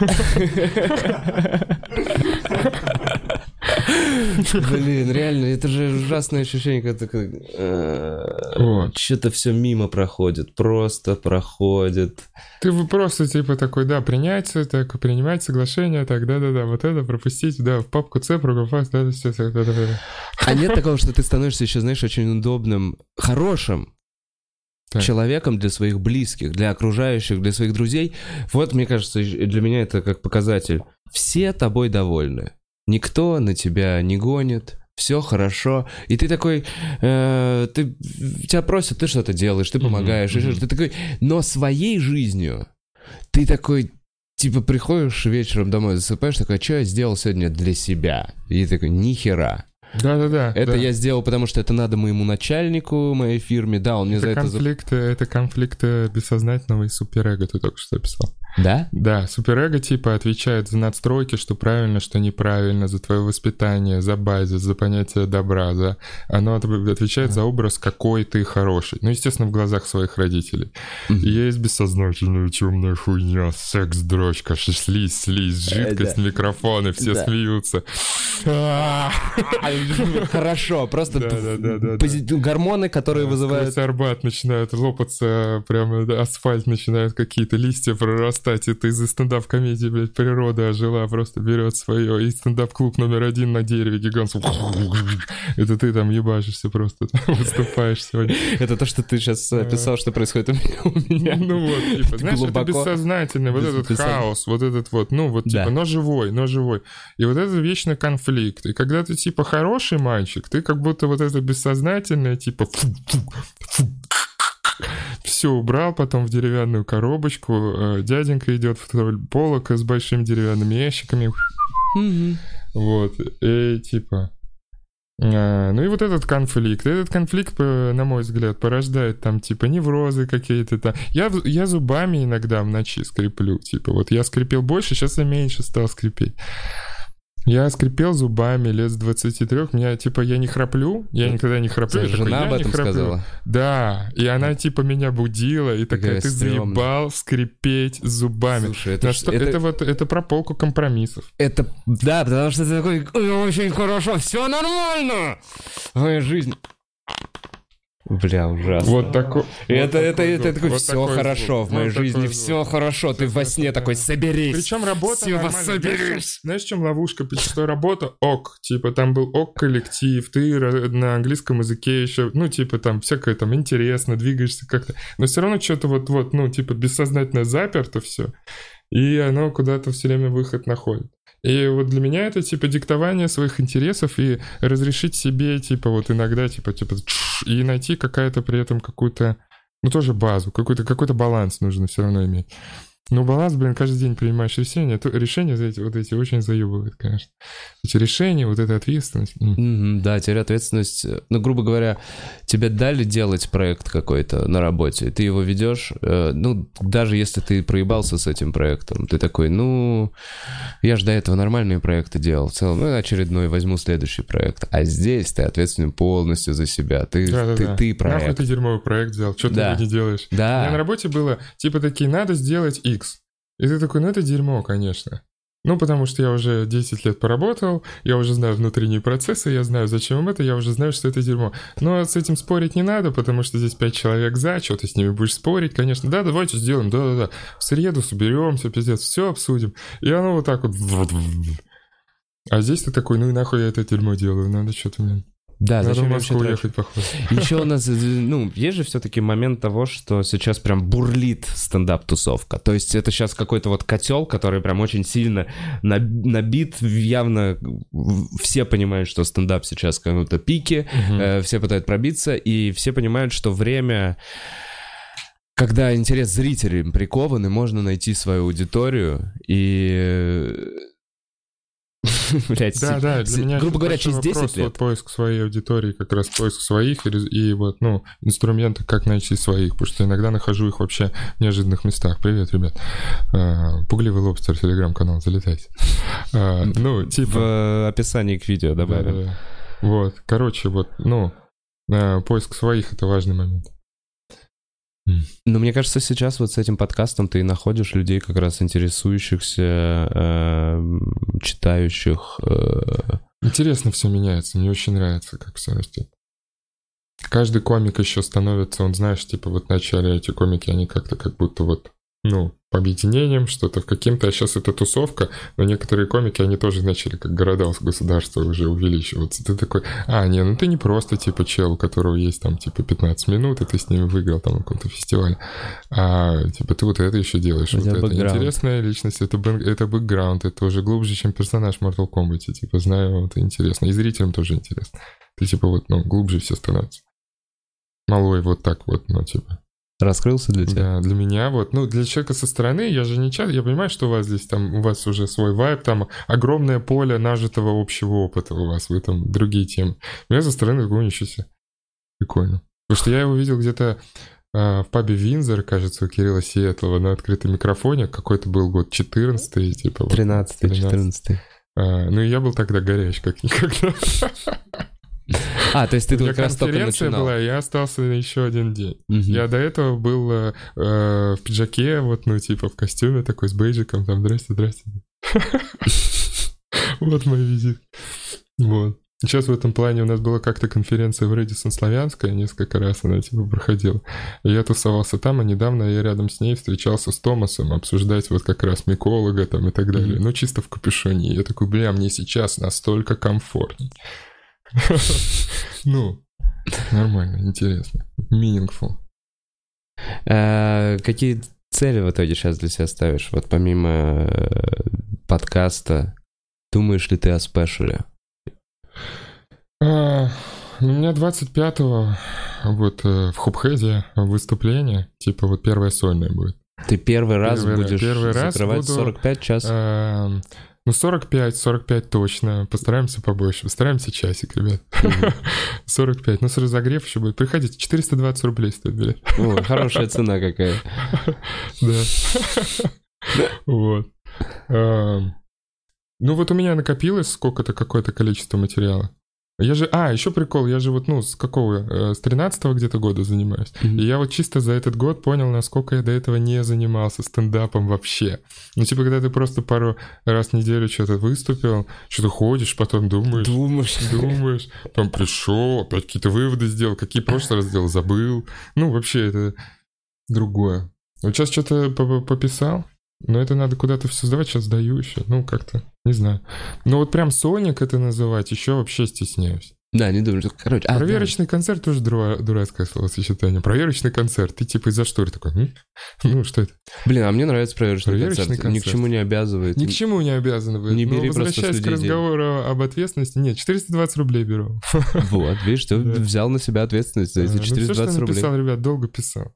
Блин, реально, это же ужасное ощущение, когда что-то все мимо проходит, просто проходит. Ты просто типа такой, да, принять соглашение, так, да, вот это пропустить, да, в папку С, прографать, да, все. А нет такого, что ты становишься еще, знаешь, очень удобным, хорошим человеком для своих близких, для окружающих, для своих друзей. Вот, мне кажется, для меня это как показатель. Все тобой довольны. Никто на тебя не гонит. Все хорошо. И ты такой... тебя просят, ты что-то делаешь, ты помогаешь. Ты такой... Но своей жизнью ты такой... Типа приходишь вечером домой, засыпаешь, такой, что я сделал сегодня для себя? И такой, нихера. Да. Это я сделал, потому что это надо моему начальнику, моей фирме. Да, он мне за это... Это конфликт бессознательного и суперэго, ты только что описал. Да? Да, суперэго типа отвечает за надстройки, что правильно, что неправильно, за твое воспитание, за базис, за понятие добра, оно отвечает за образ, какой ты хороший. Естественно, в глазах своих родителей. И есть бессознательная темная хуйня, секс-дрочка, слизь, жидкость, микрофоны, все смеются. Хорошо, просто гормоны, которые вызывают... Сквозь Арбат начинают лопаться, прямо асфальт начинают какие-то листья прорастать. кстати, это из-за стендап-комедии, блядь, природа ожила, просто берет свое, и стендап-клуб номер 1 на дереве гигантский. Это ты там ебашишься просто, выступаешь сегодня. Это то, что ты сейчас описал, что происходит у меня. Ну вот, типа, знаешь, это бессознательно, вот этот хаос, вот этот вот, ну вот, типа, но живой. И вот это вечный конфликт. И когда ты, типа, хороший мальчик, ты как будто вот это бессознательное, типа, все убрал, потом в деревянную коробочку, дяденька идет вдоль полок с большими деревянными ящиками. Вот, и типа... Ну и вот этот конфликт, на мой взгляд, порождает там, типа, неврозы какие-то там. Я зубами иногда в ночи скреплю, типа, вот я скрипел больше, сейчас я меньше стал скрипеть. Я скрипел зубами лет с 23, меня, типа, я не храплю, я никогда не храплю. Твоя жена об этом сказала? Да, и она, типа, меня будила, и такая, ты заебал скрипеть зубами. Слушай, это про полку компромиссов. Это, да, потому что ты такой, очень хорошо, все нормально, моя жизнь... Бля, ужасно. Вот такой. Это такой, вот все хорошо звук. В моей жизни, все хорошо. Ты во сне такой, соберись. Причем работа нормально. Соберись. Знаешь, в чем ловушка? Что работа ок. Типа там был ок коллектив, ты на английском языке еще, ну, типа там всякое там интересно, двигаешься как-то. Но все равно что-то вот, ну, типа бессознательно заперто все. И оно куда-то все время выход находит. И вот для меня это, типа, диктование своих интересов и разрешить себе, типа, вот иногда, типа, и найти какая-то при этом какую-то, ну, тоже базу, какой-то баланс нужно все равно иметь. Ну, баланс, блин, каждый день принимаешь решения. Решения вот эти очень заебывают, конечно. Эти решения, вот эта ответственность. Да, теперь ответственность... Ну, грубо говоря, тебе дали делать проект какой-то на работе, ты его ведешь, ну, даже если ты проебался с этим проектом, ты такой, ну, я же до этого нормальные проекты делал в целом, ну, очередной, возьму следующий проект. А здесь ты ответственен полностью за себя. Ты проект. Нахуй ты дерьмовый проект взял, что ты его не делаешь? Да. У меня на работе было, типа, такие, надо сделать X. И ты такой, ну это дерьмо, конечно. Ну, потому что я уже 10 лет поработал, я уже знаю внутренние процессы, я знаю, зачем им это, я уже знаю, что это дерьмо. Но с этим спорить не надо, потому что здесь 5 человек за, что ты с ними будешь спорить, конечно. Да, давайте сделаем, да. В среду соберемся, пиздец, все обсудим. И оно вот так вот... А здесь ты такой, ну и нахуй я это дерьмо делаю, надо что-то мне... Да, надо зачем в Москву уехать, походу. Еще у нас, ну, есть же все-таки момент того, что сейчас прям бурлит стендап-тусовка. То есть это сейчас какой-то вот котел, который прям очень сильно набит. Явно все понимают, что стендап сейчас в каком-то пике, все пытаются пробиться, и все понимают, что время... Когда интерес зрителей прикован, и можно найти свою аудиторию, и... Блять, да, для меня, грубо говоря, через 10 лет. Вот поиск своей аудитории, как раз поиск своих и вот, ну, инструменты, как найти своих, потому что иногда нахожу их вообще в неожиданных местах. Привет, ребят. Пугливый лобстер, телеграм-канал, залетайте. Ну, типа... В описании к видео добавим. Да. Вот, короче, вот, ну, поиск своих — это важный момент. Но мне кажется, сейчас вот с этим подкастом ты находишь людей, как раз интересующихся, читающих. Интересно все меняется, мне очень нравится, как все растет. Каждый комик еще становится, он, знаешь, типа вот вначале эти комики, они как-то как будто вот, ну, по объединениям, что-то в каким-то, а сейчас это тусовка, но некоторые комики, они тоже начали как города государства уже увеличиваться. Ты такой, ну ты не просто типа чел, у которого есть там типа 15 минут, и ты с ними выиграл там на каком-то фестивале, а типа ты вот это еще делаешь. Вот это интересная личность, это бэкграунд, это уже глубже, чем персонаж в Mortal Kombat, типа знаю, это интересно, и зрителям тоже интересно. Ты типа вот, ну, глубже все становится. Малой вот так вот, ну типа. Раскрылся для тебя? Да, для меня вот, ну, для человека со стороны, я же не часто, я понимаю, что у вас здесь там, у вас уже свой вайб, там огромное поле нажитого общего опыта у вас, вы там другие темы. У меня со стороны такого ничего себе. Прикольно. Потому что я его видел где-то в пабе Виндзор, кажется, у Кирилла Сиэтлова на открытом микрофоне, какой-то был год 14-й, типа. 13-й, 14-й. Ну, и я был тогда горяч, как никогда. То есть ты как раз только начинал. Конференция была, я остался еще один день. Я до этого был в пиджаке, вот, ну, типа, в костюме такой, с бейджиком, там, здрасте. Вот мой визит. Вот. Сейчас в этом плане у нас была как-то конференция в Рэдисон Славянская, несколько раз она типа проходила. И я тусовался там, а недавно я рядом с ней встречался с Томасом обсуждать вот как раз миколога там и так далее. Ну, чисто в капюшоне. И я такой, бля, мне сейчас настолько комфортно. Ну, нормально, интересно. Meaningful. Какие цели в итоге сейчас для себя ставишь? Вот помимо подкаста, думаешь ли ты о спешале? У меня 25-го вот в Хопхеде выступление, типа вот первое сольное будет. Ты первый раз будешь закрывать 45 часов? Ну, 45 точно. Постараемся побольше. Постараемся часик, ребят. 45. Ну, с разогрев еще будет. Приходите, 420 рублей стоит билет. О, хорошая цена какая. Да. Вот. Ну, вот у меня накопилось сколько-то, какое-то количество материала. Я же... еще прикол, я же вот, ну, с 13-го где-то года занимаюсь. И я вот чисто за этот год понял, насколько я до этого не занимался стендапом вообще. Ну, типа, когда ты просто пару раз в неделю что-то выступил, что-то ходишь, потом думаешь, потом пришел, опять какие-то выводы сделал, какие в прошлый раз сделал, забыл. Ну, вообще, это другое. Вот сейчас что-то пописал, но это надо куда-то все сдавать, сейчас сдаю еще, ну, как-то, не знаю. Но вот прям Соник это называть еще вообще стесняюсь. Да, не думаю, что... Короче... Проверочный концерт тоже дурацкое словосочетание. Проверочный концерт. Ты типа из-за шторы такой, ну, что это? Блин, а мне нравится проверочный концерт. Ни к чему не обязывает. Ни к чему не обязывает. Не бери просто с людей. Возвращаясь к разговору об ответственности, нет, 420 рублей беру. Вот, видишь, ты взял на себя ответственность за эти 420 рублей. Написал, ребят, долго писал.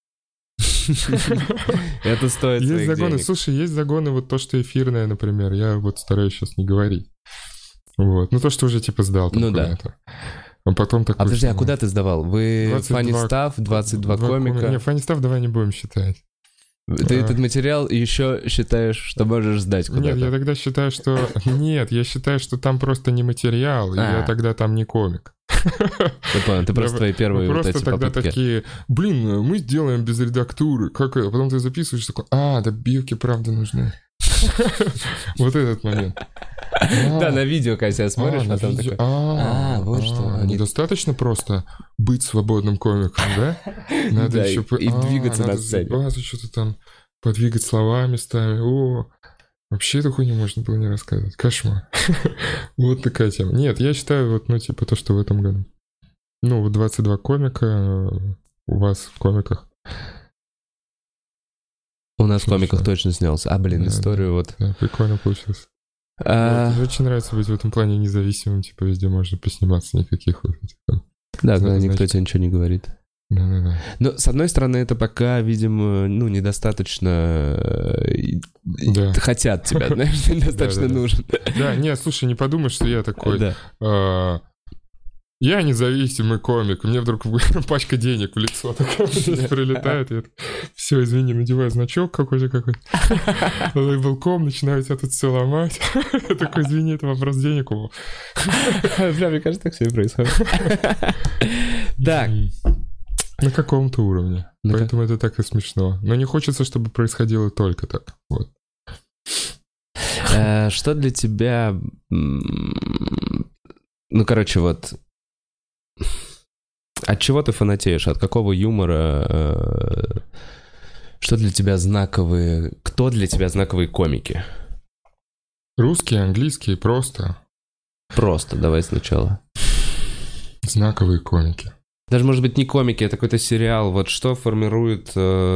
Это стоит своих Есть загоны. денег. Слушай, есть загоны, вот то, что эфирное, например, я вот стараюсь сейчас не говорить. Вот. Ну, то, что уже типа сдал. Ну да. А потом такой... Подожди, а куда ты сдавал? Вы Funny Stuff, 22 комика? Не, Funny Stuff давай не будем считать. Ты этот материал еще считаешь, что можешь сдать куда-то? Нет, я тогда считаю, что... Нет, я считаю, что там просто не материал, и я тогда там не комик. Ты просто твои первые вот эти попытки. Просто тогда такие, блин, мы сделаем без редактуры. Как это? Потом ты записываешь такой, да бивки правда нужны. Вот этот момент. Да, на видео, когда себя смотришь, потом такой... вот что. Недостаточно просто быть свободным комиком, да? Надо еще... И двигаться на сцене. Надо что-то там подвигать словами местами. Вообще эту хуйню можно было не рассказывать. Кошмар. Вот такая тема. Нет, я считаю, вот, ну, типа то, что в этом году. Ну, вот 22 комика у вас в комиках. У нас в комиках точно снялся. Историю вот. Да, прикольно получилось. Мне очень нравится быть в этом плане независимым, типа везде можно посниматься, никаких вот этих там. Да, когда никто тебе ничего не говорит. Да. Но, с одной стороны, это пока, видимо, недостаточно хотят тебя, знаешь, недостаточно нужен. Да, нет, слушай, не подумай, что я такой... Я независимый комик, мне вдруг пачка денег в лицо такая здесь прилетает. Все, извини, надеваю значок какой-то. Лейбл.ком, начинаю тебя тут все ломать. Я такой, извини, это вопрос денег. Бля, мне кажется, так все и происходит. Так. На каком-то уровне. Поэтому это так и смешно. Но не хочется, чтобы происходило только так. Вот. Что для тебя... Ну, короче, вот... От чего ты фанатеешь? От какого юмора? Что для тебя знаковые... Кто для тебя знаковые комики? Русские, английские, просто. Просто, давай сначала. Знаковые комики. Даже, может быть, не комики, это какой-то сериал. Вот что формирует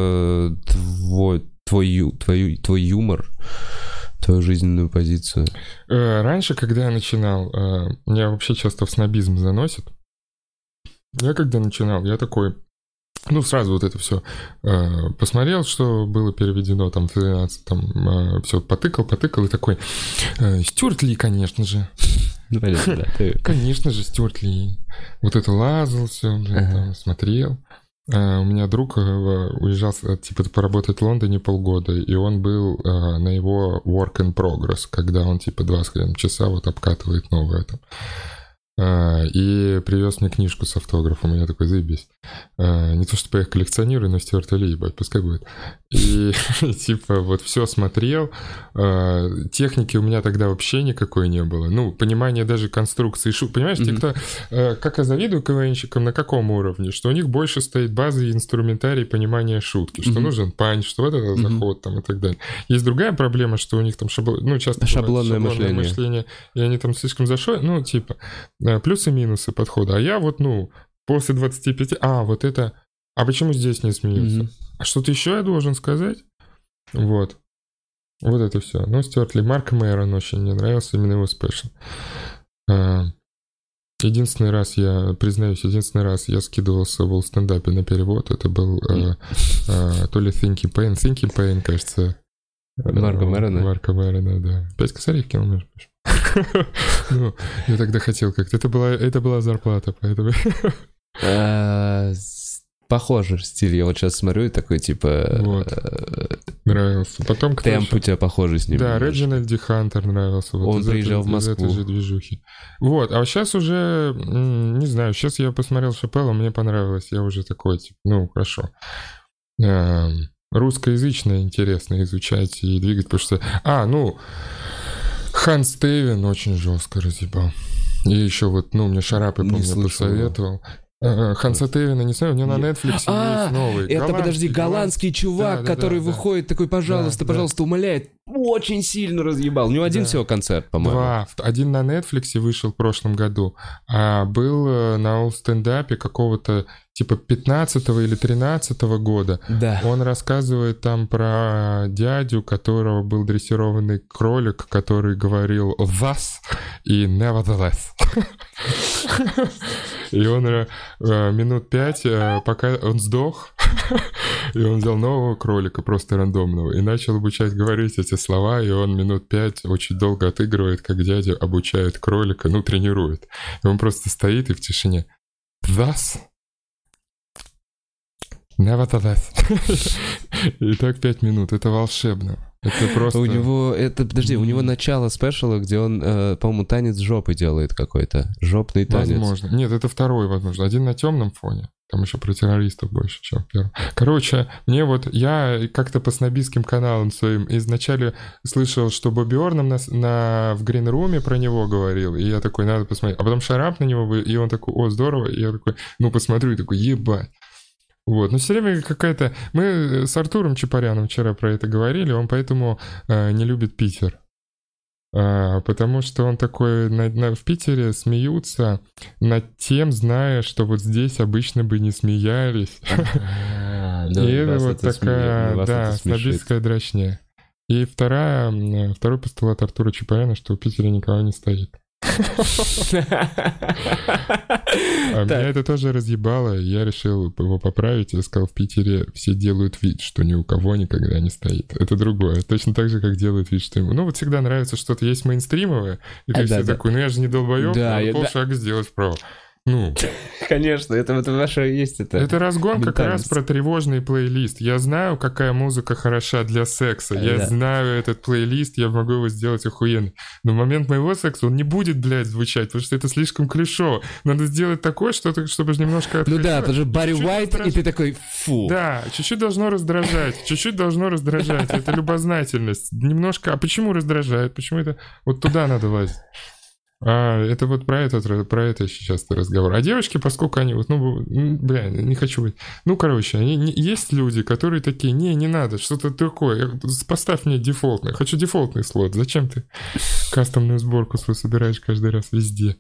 твой юмор, твою жизненную позицию? Раньше, когда я начинал, меня вообще часто в снобизм заносит. Я когда начинал, я такой... Ну, сразу вот это все посмотрел, что было переведено, там, 13, там, все потыкал, и такой... Стюарт Ли, конечно же. Ну, понятно, да. Конечно же, Стюарт Ли. Вот это лазал, все, там, смотрел. У меня друг уезжал, типа, поработать в Лондоне полгода, и он был на его work in progress, когда он, типа, 2 часа вот обкатывает новое там. и привез мне книжку с автографом. И я такой, заебись. Не то, чтобы я их коллекционирую, но Стюарт Ли, ебать, пускай будет. И типа вот все смотрел. Техники у меня тогда вообще никакой не было. Ну, понимание даже конструкции шуток. Понимаешь, те, кто... Как я завидую КВНщикам, на каком уровне? Что у них больше стоит база и инструментарий понимания шутки. Что нужен панч, что вот этот заход там и так далее. Есть другая проблема, что у них там часто шаблонное мышление. И они там слишком зашли. Ну, типа, плюсы и минусы подхода. А я вот, после 25... вот это... А почему здесь не смеются? А что-то еще я должен сказать? Вот это все. Стюарт Ли. Марк Мэрон очень мне нравился, именно его спешл. Единственный раз я скидывался в стендапе на перевод. Это был то ли Thinking Pain, кажется. Марка Мэрона, да. 5 косарей кинул, между прочим. Я тогда хотел как-то. Это была зарплата, поэтому... Похожий стиль. Я вот сейчас смотрю, такой, типа... Нравился. Потом темп у тебя похожий с ним. Да, Реджинальд Ди Хантер нравился. Он приезжал в Москву. Из этой же движухи. А сейчас уже... Не знаю, сейчас я посмотрел Шапелла, мне понравилось. Я уже такой, типа, хорошо. Русскоязычное интересно изучать и двигать, потому что... Ханс Тевин очень жестко разъебал. И еще мне Шарапы, помню, посоветовал. Ханса Тевина не знаю, у него на Netflix есть новый. Это, голландский чувак, который выходит такой, пожалуйста, умоляет. Очень сильно разъебал. У него один всего концерт, по-моему. Один на Netflix вышел в прошлом году, а был на стендапе какого-то типа 15-го или 13-го года. Да. Он рассказывает там про дядю, у которого был дрессированный кролик, который говорил «thus» и «nevertheless». И он минут 5, пока он сдох, и он взял нового кролика, просто рандомного, и начал обучать говорить эти слова, и он минут 5 очень долго отыгрывает, как дядя обучает кролика, тренирует. И он просто стоит и в тишине «thus». Nevertheless. И так 5 минут. Это волшебно. Это просто... У него начало спешала, где он, по-моему, танец жопы делает какой-то. Жопный танец. Возможно. Нет, это второй, возможно. Один на темном фоне. Там еще про террористов больше, чем первый. Короче, я как-то по снобистским каналам своим изначально слышал, что Бобби Орном в Гринруме про него говорил, и я такой, надо посмотреть. А потом Шарап на него, и он такой, о, здорово, и я такой, посмотрю, и такой, ебать. Но все время какая-то... Мы с Артуром Чапаряном вчера про это говорили, он поэтому не любит Питер. Потому что он такой... В Питере смеются над тем, зная, что вот здесь обычно бы не смеялись. И это вот такая, снобистская дрочня. И второй постулат Артура Чапаряна, что у Питера никого не стоит. Меня это тоже разъебало, и я решил его поправить. Я сказал, в Питере все делают вид, что ни у кого никогда не стоит. Это другое. Точно так же, как делают вид, что ему... всегда нравится что-то есть мейнстримовое, и ты все такой, я же не долбоёб, надо полшага сделать вправо. Конечно, это вот ваше есть это. Это разгон как раз про тревожный плейлист. Я знаю, какая музыка хороша для секса. Я знаю этот плейлист, я могу его сделать охуенно. Но в момент моего секса он не будет, звучать, потому что это слишком клишо. Надо сделать такое, чтобы немножко... потому что Барри Уайт, и ты такой, фу. Да, чуть-чуть должно раздражать. Это любознательность. Немножко... А почему раздражает? Почему это... Вот туда надо лазить. Это вот про это сейчас разговор. А девочки, поскольку они не хочу быть. Есть люди, которые такие, не надо, что-то такое. Поставь мне дефолтный. Хочу дефолтный слот. Зачем ты кастомную сборку свою собираешь каждый раз везде?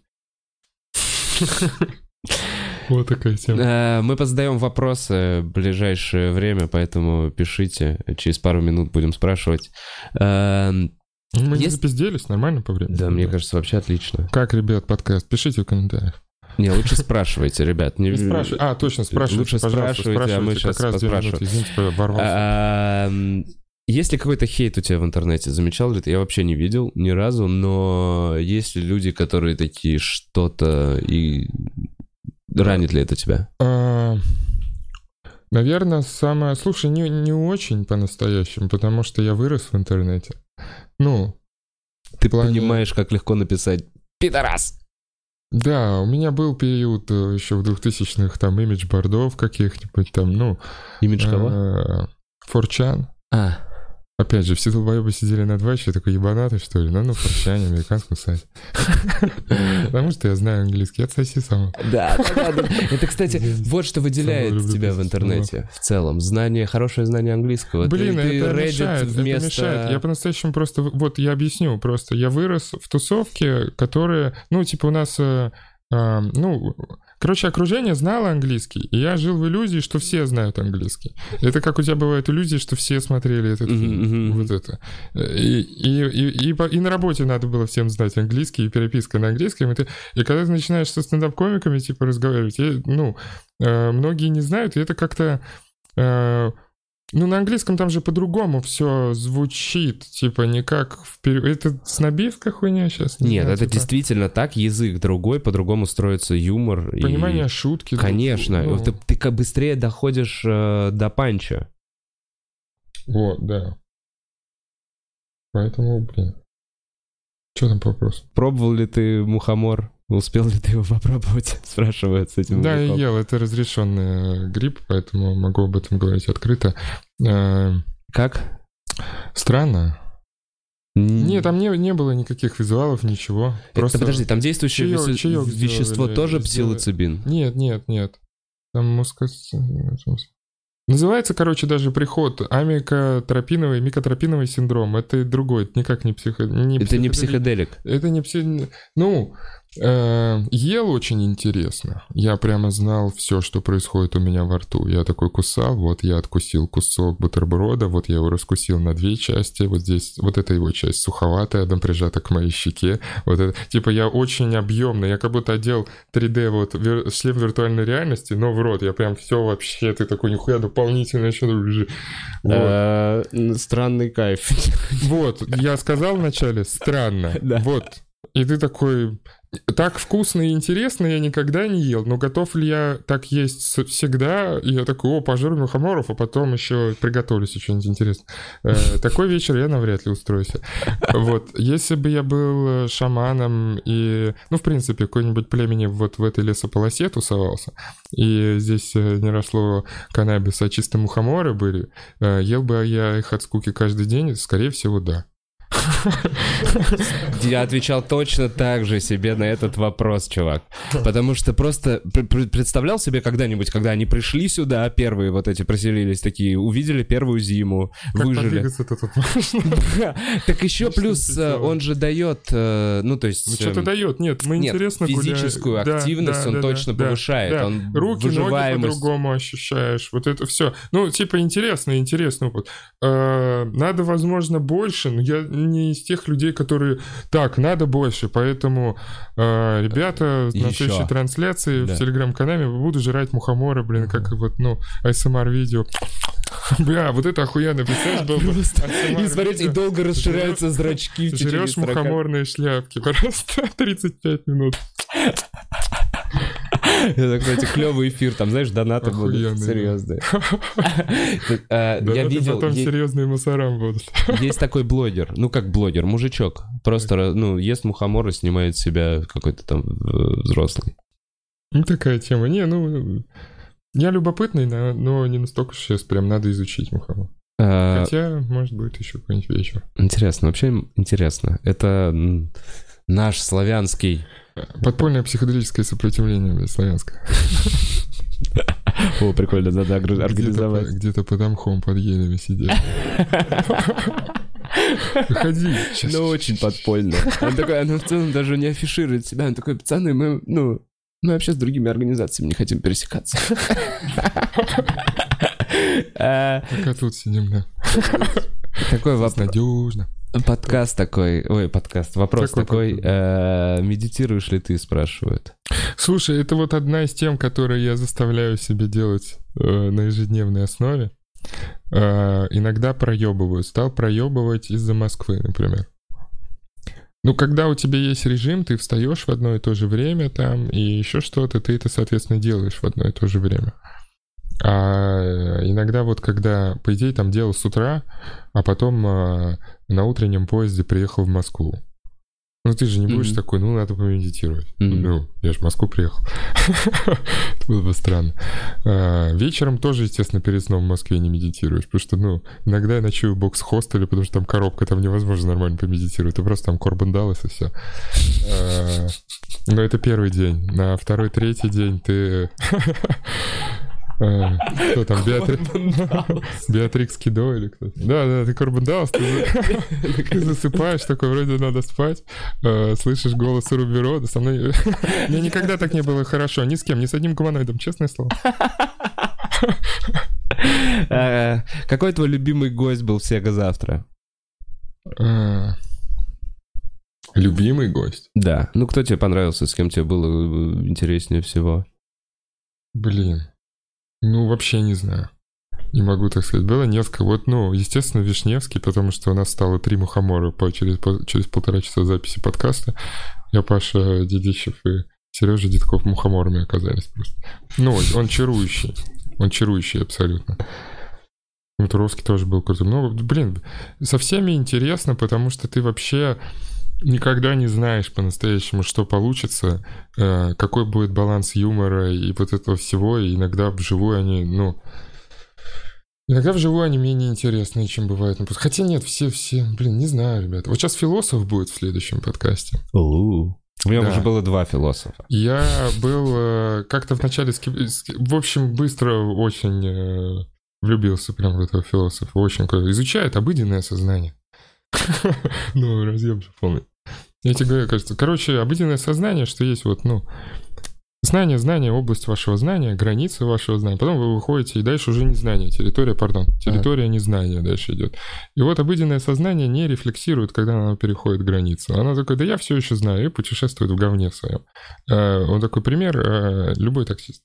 Вот такая тема. Мы позадаем вопросы в ближайшее время, поэтому пишите. Через пару минут будем спрашивать. Мы не запизделись, нормально по времени? Да, мне кажется, вообще отлично. Как, ребят, подкаст? Пишите в комментариях. Не, лучше спрашивайте, ребят. Не спрашивайте. Точно, спрашивайте. Лучше спрашивайте, а мы сейчас поспрашиваем. Извините, ворвался. Есть ли какой-то хейт у тебя в интернете? Замечал ли ты? Я вообще не видел ни разу, но есть ли люди, которые такие что-то и... Ранит ли это тебя? Наверное, самое... Слушай, не очень по-настоящему, потому что я вырос в интернете. Ты понимаешь, как легко написать «пидорас». Да, у меня был период еще в 2000-х, там, имидж-бордов каких-нибудь, там, ну... Имидж кого? 4chan. Опять же, все долбоебы сидели на 2, еще такой ебанатый, что ли? Ну, 4chan, американском сайте. Потому что я знаю английский, отсоси сам. Да. Это, кстати, вот что выделяет тебя в интернете в целом. Хорошее знание английского. Блин, это мешает. Я по-настоящему просто... Вот, я объясню просто. Я вырос в тусовке, которые... Ну, типа у нас... Короче, окружение знало английский, и я жил в иллюзии, что все знают английский. Это как у тебя бывает иллюзия, что все смотрели этот фильм. Вот это. И на работе надо было всем знать английский, и переписка на английском. И когда ты начинаешь со стендап-комиками, типа, разговаривать, многие не знают, и это как-то... на английском там же по-другому все звучит, типа не как это снобистская хуйня сейчас? Нет, знаю, это типа... действительно так, язык другой, по-другому строится юмор. Понимание шутки. Конечно, ты как быстрее доходишь до панча. Вот, да. Поэтому, что там по вопросу? Пробовал ли ты мухомор? Успел ли ты его попробовать? Спрашивают с этим. Да, я ел. Это разрешенный гриб, поэтому могу об этом говорить открыто. Как? Странно. Нет, там не было никаких визуалов, ничего. Просто... Подожди, там действующее вещество тоже псилоцибин? Нет. Там Называется, даже приход микотропиновый синдром. Это другой, это никак не психоделик. Это не психоделик. Это не психоделик. Ел очень интересно. Я прямо знал все, что происходит у меня во рту. Я такой кусал, вот я откусил кусок бутерброда, вот я его раскусил на 2 части, вот здесь, вот эта его часть суховатая, там прижата к моей щеке. Вот это, типа я очень объемный, я как будто одел 3D шлем виртуальной реальности, но в рот, я прям все вообще, ты такой нихуя дополнительно еще. Странный кайф. Вот, я сказал вначале, странно. Вот. И ты такой... Так вкусно и интересно я никогда не ел, но готов ли я так есть всегда? И я такой, пожру мухоморов, а потом еще приготовлюсь что-нибудь интересное. Такой вечер я навряд ли устроюсь. Вот. Если бы я был шаманом и, в принципе, какой-нибудь племени вот в этой лесополосе тусовался, и здесь не росло каннабиса, а чисто мухоморы были, ел бы я их от скуки каждый день? Скорее всего, да. Я отвечал точно так же себе на этот вопрос, чувак. Потому что просто представлял себе когда-нибудь, когда они пришли сюда, первые вот эти проселились такие, увидели первую зиму, как выжили. Так еще плюс он же дает, то есть... что-то дает, нет, мы интересно гуляем. Физическую активность он точно повышает. Руки, ноги по-другому ощущаешь, вот это все. Интересный опыт. Надо, возможно, больше, но я не из тех людей, которые... Так, надо больше, поэтому, ребята, на следующей трансляции в Телеграм-канале буду жрать мухоморы, как ASMR-видео. Бля, вот это охуенно, представляешь, было бы... И смотреть, и долго расширяются зрачки. Жрешь мухоморные шляпки, просто 35 минут. Это, кстати, клевый эфир, там, знаешь, донаты будут серьезные. Я видел... Потом серьезные мусорам будут. Есть такой блогер, как блогер, мужичок, просто, ест мухомор и снимает себя какой-то там взрослый. Такая тема. Я любопытный, но не настолько сейчас прям надо изучить мухомор. Хотя, может быть, еще какой-нибудь вечер. Интересно, вообще интересно. Это наш славянский... Подпольное психоделическое сопротивление, славянское. О, прикольно, надо организовать. Где-то под мхом, под елями сидеть. Выходи. Очень подпольно. Он такой, в целом даже не афиширует себя. Он такой, пацаны, мы вообще с другими организациями не хотим пересекаться. Пока тут сидим, да. Такой вопрос. Надежно. Вопрос такой, медитируешь ли ты, спрашивают. Слушай, это вот одна из тем, которые я заставляю себе делать на ежедневной основе. Иногда проебываю. Стал проебывать из-за Москвы, например. Когда у тебя есть режим, ты встаешь в одно и то же время там, и еще что-то, ты это, соответственно, делаешь в одно и то же время. А иногда когда, по идее, там делал с утра, а потом на утреннем поезде приехал в Москву. Ну, ты же не будешь такой, ну, надо помедитировать. Ну, я же в Москву приехал. Это было бы странно. Вечером тоже, естественно, перед сном в Москве не медитируешь, потому что, ну, иногда я ночую в бокс-хостеле, потому что там коробка, там невозможно нормально помедитировать. Ты просто там Корбан Даллас и все. Но это первый день. На второй, третий день ты... Кто там? Беатрикс Кидо или кто-то? Да, ты Корбан Даллас, ты засыпаешь, такой, вроде надо спать, слышишь голос Руби Рода, со мной... Мне никогда так не было хорошо, ни с кем, ни с одним гуманоидом, честное слово. Какой твой любимый гость был в Сега завтра? Любимый гость? Да. Ну, кто тебе понравился, с кем тебе было интереснее всего? Блин. Ну, вообще не знаю. Не могу так сказать. Было несколько. Вот, ну, естественно, Вишневский, потому что у нас стало 3 мухомора через 1,5 часа записи подкаста. Я, Паша Дедищев и Сережа Дедков мухоморами оказались просто. Ну, он чарующий. Он чарующий абсолютно. Туровский тоже был крутым. Ну, блин, со всеми интересно, потому что ты вообще... Никогда не знаешь по-настоящему, что получится, какой будет баланс юмора и вот этого всего, и иногда вживую они, ну... Иногда вживую они менее интересные, чем бывает. Хотя нет, все, блин, не знаю, ребята. Вот сейчас философ будет в следующем подкасте. У меня уже было 2 философа. Я был как-то в начале... В общем, быстро очень влюбился прям в этого философа. Очень круто. Изучает обыденное сознание. Ну, разъем же полный. Я тебе говорю, кажется, короче, обыденное сознание, что есть вот, ну, знание, область вашего знания, границы вашего знания. Потом вы выходите, и дальше уже незнание, территория незнания дальше идет. И вот обыденное сознание не рефлексирует, когда оно переходит границу. Оно такое, да я все еще знаю, и путешествует в говне своем. Он такой пример, любой таксист.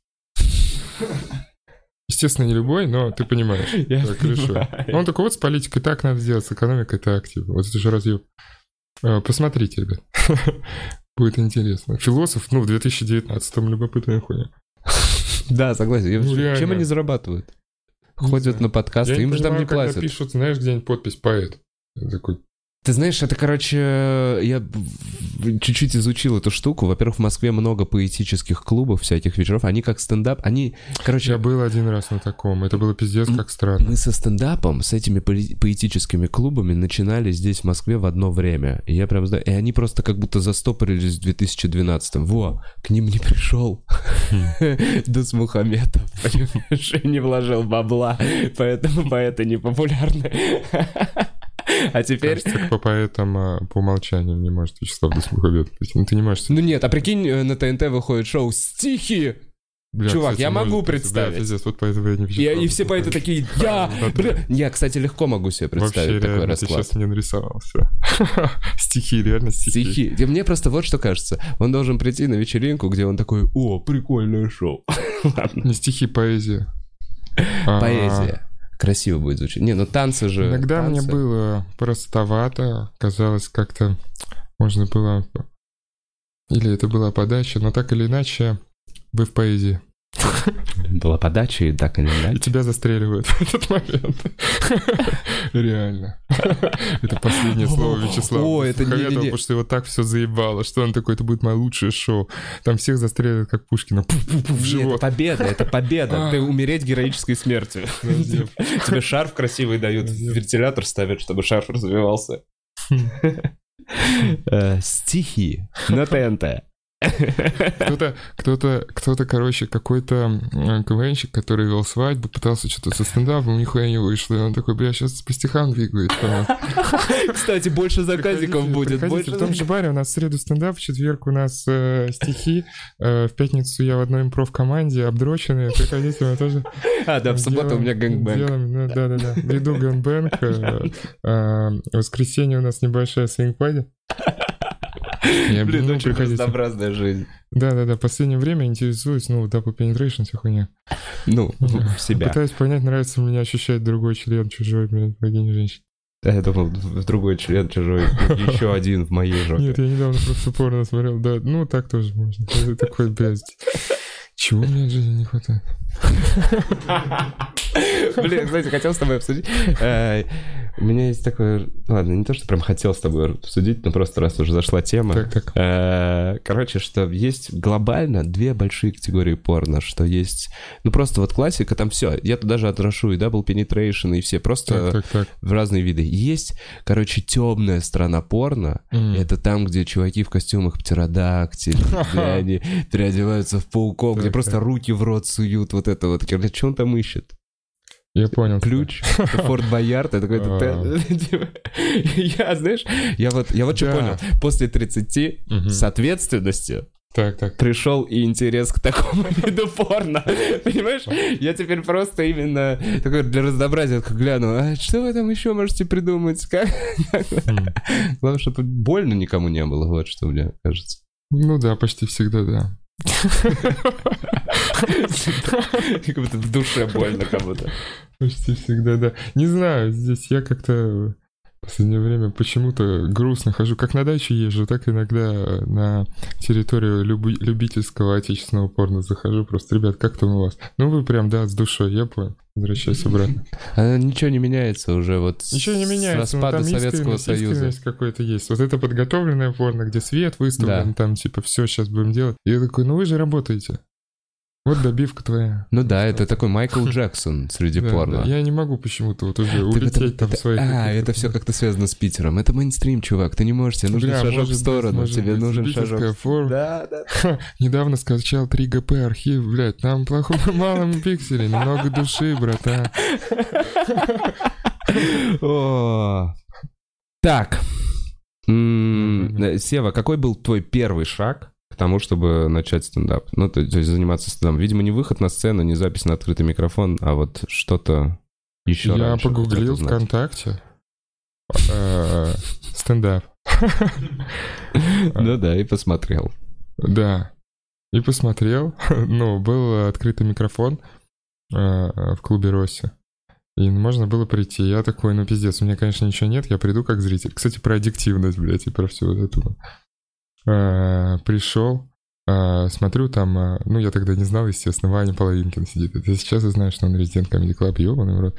Естественно, не любой, но ты понимаешь. Так, хорошо. Он такой, вот с политикой так надо сделать, с экономикой так, типа. Вот это же разъеб. Посмотрите, ребят. Будет интересно. Философ, ну, в 2019-м любопытная хуйня. Да, согласен. Чем они зарабатывают? Ходят на подкасты, им же там не платят. Когда пишут, знаешь, где-нибудь подпись «поэт». Я такой... Ты знаешь, это, короче, я чуть-чуть изучил эту штуку. Во-первых, в Москве много поэтических клубов, всяких вечеров. Они как стендап, они, короче... Я был один раз на таком, это было пиздец как странно. Мы со стендапом, с этими поэтическими клубами начинали здесь, в Москве, в одно время. И я прям знаю, и они просто как будто застопорились в 2012-м. Во, к ним не пришел Дусмухаметов, понимаешь, не вложил бабла, поэтому поэты не популярны. А теперь... Кажется, по поэтам по умолчанию не может Вячеслав Дусмухаметов. Ну, ты не можешь... Ну нет, а прикинь, на ТНТ выходит шоу «Стихи». Бля, чувак, кстати, я могу представить. Да, пиздец, вот поэтому я не Вячеслав. И все поэты такие, я, кстати, легко могу себе представить вообще, такой расклад. Ты сейчас мне нарисовал все. Стихи, реально стихи. И мне просто вот что кажется. Он должен прийти на вечеринку, где он такой, о, прикольное шоу. Не стихи, поэзия. Поэзия. Красиво будет звучать. Не, ну танцы же... Иногда мне было простовато, казалось, как-то можно было... Или это была подача, но так или иначе вы в поэзии. Была подача, и так или иначе. И тебя застреливают в этот момент. Реально. Это последнее слово Вячеслава. О, это не... Потому что его так все заебало, что он такой, это будет мое лучшее шоу. Там всех застреливают, как Пушкина. В живот. Это победа. Ты умереть героической смертью. Тебе шарф красивый дают, вентилятор ставят, чтобы шарф развивался. Стихи на ТНТ. Кто-то, короче, какой-то КВНщик, который вел свадьбу, пытался что-то со стендапом, нихуя не вышло. И он такой, бля, сейчас по стихам двигает. Кстати, больше заказиков будет. В том же баре у нас в среду стендап, в четверг у нас стихи, в пятницу я в одной импров-команде, обдроченные, приходите, мы тоже... Да, в субботу у меня гэнгбэнг. Да. Веду гэнгбэнг, в воскресенье у нас небольшая свинг-пади. Блин, очень разнообразная жизнь. Да, в последнее время интересуюсь, double penetration, вся хуйня. В себя. Пытаюсь понять, нравится мне ощущать другой член чужой, блин, вагине женщины. Я думал, другой член чужой, еще один в моей жопе. Нет, я недавно просто порно смотрел, да, так тоже можно. Такой, блядь, чего мне от жизни не хватает? Блин, кстати, хотел с тобой обсудить. У меня есть такое... Ладно, не то, что прям хотел с тобой обсудить, но просто раз уже зашла тема. Короче, что есть глобально две большие категории порно, что есть... Ну, просто вот классика, там все. Я туда даже отношу и Double Penetration, и все. Просто в разные виды. Есть, короче, темная сторона порно. Это там, где чуваки в костюмах птеродактиль, где они переодеваются в пауков, где просто руки в рот суют, вот это вот. Что он там ищет? Я понял. Ключ, Форт Боярд, это какой-то... Я, знаешь, я вот что понял. После 30 с ответственностью пришел и интерес к такому виду порно. Понимаешь? Я теперь просто именно такой для разнообразия гляну, а что вы там еще можете придумать? Главное, чтобы больно никому не было, вот что мне кажется. Ну да, почти всегда, да. Как будто в душе больно кому-то. Почти всегда, да. Не знаю, здесь я как-то в последнее время почему-то грустно хожу. Как на дачу езжу, так иногда на территорию любительского отечественного порно захожу. Просто, ребят, как там у вас? Ну вы прям, да, с душой, я понял. Возвращайся обратно. Ничего не меняется уже вот ничего не меняется, с распада Советского Союза. Искренность какой-то есть. Вот это подготовленное порно, где свет выставлен, там типа все сейчас будем делать. И я такой, ну вы же работаете. Вот добивка твоя. Ну да, это такой Майкл Джексон среди порно. Да. Я не могу почему-то вот уже улететь там в своих... это все как-то связано с Питером. Это мейнстрим, чувак, ты не можешь, тебе нужен шажок в сторону, тебе нужен шажок. Да. Недавно скачал 3GP архив, блядь, там мало пикселей, много души, братан. Так. Сева, какой был твой первый шаг к тому, чтобы начать стендап? Ну, то есть заниматься стендапом. Видимо, не выход на сцену, не запись на открытый микрофон, а вот что-то еще я раньше. Я погуглил ВКонтакте. Стендап. Ну да, и посмотрел. Да. И посмотрел. Ну, был открытый микрофон в клубе Росси. И можно было прийти. Я такой, ну пиздец, у меня, конечно, ничего нет, я приду как зритель. Кстати, про аддиктивность, блядь, и про все вот это. Пришел, смотрю там, ну я тогда не знал, естественно, Ваня Половинкин сидит. Это сейчас я знаю, что он резидент Comedy Club, ёбаный в рот.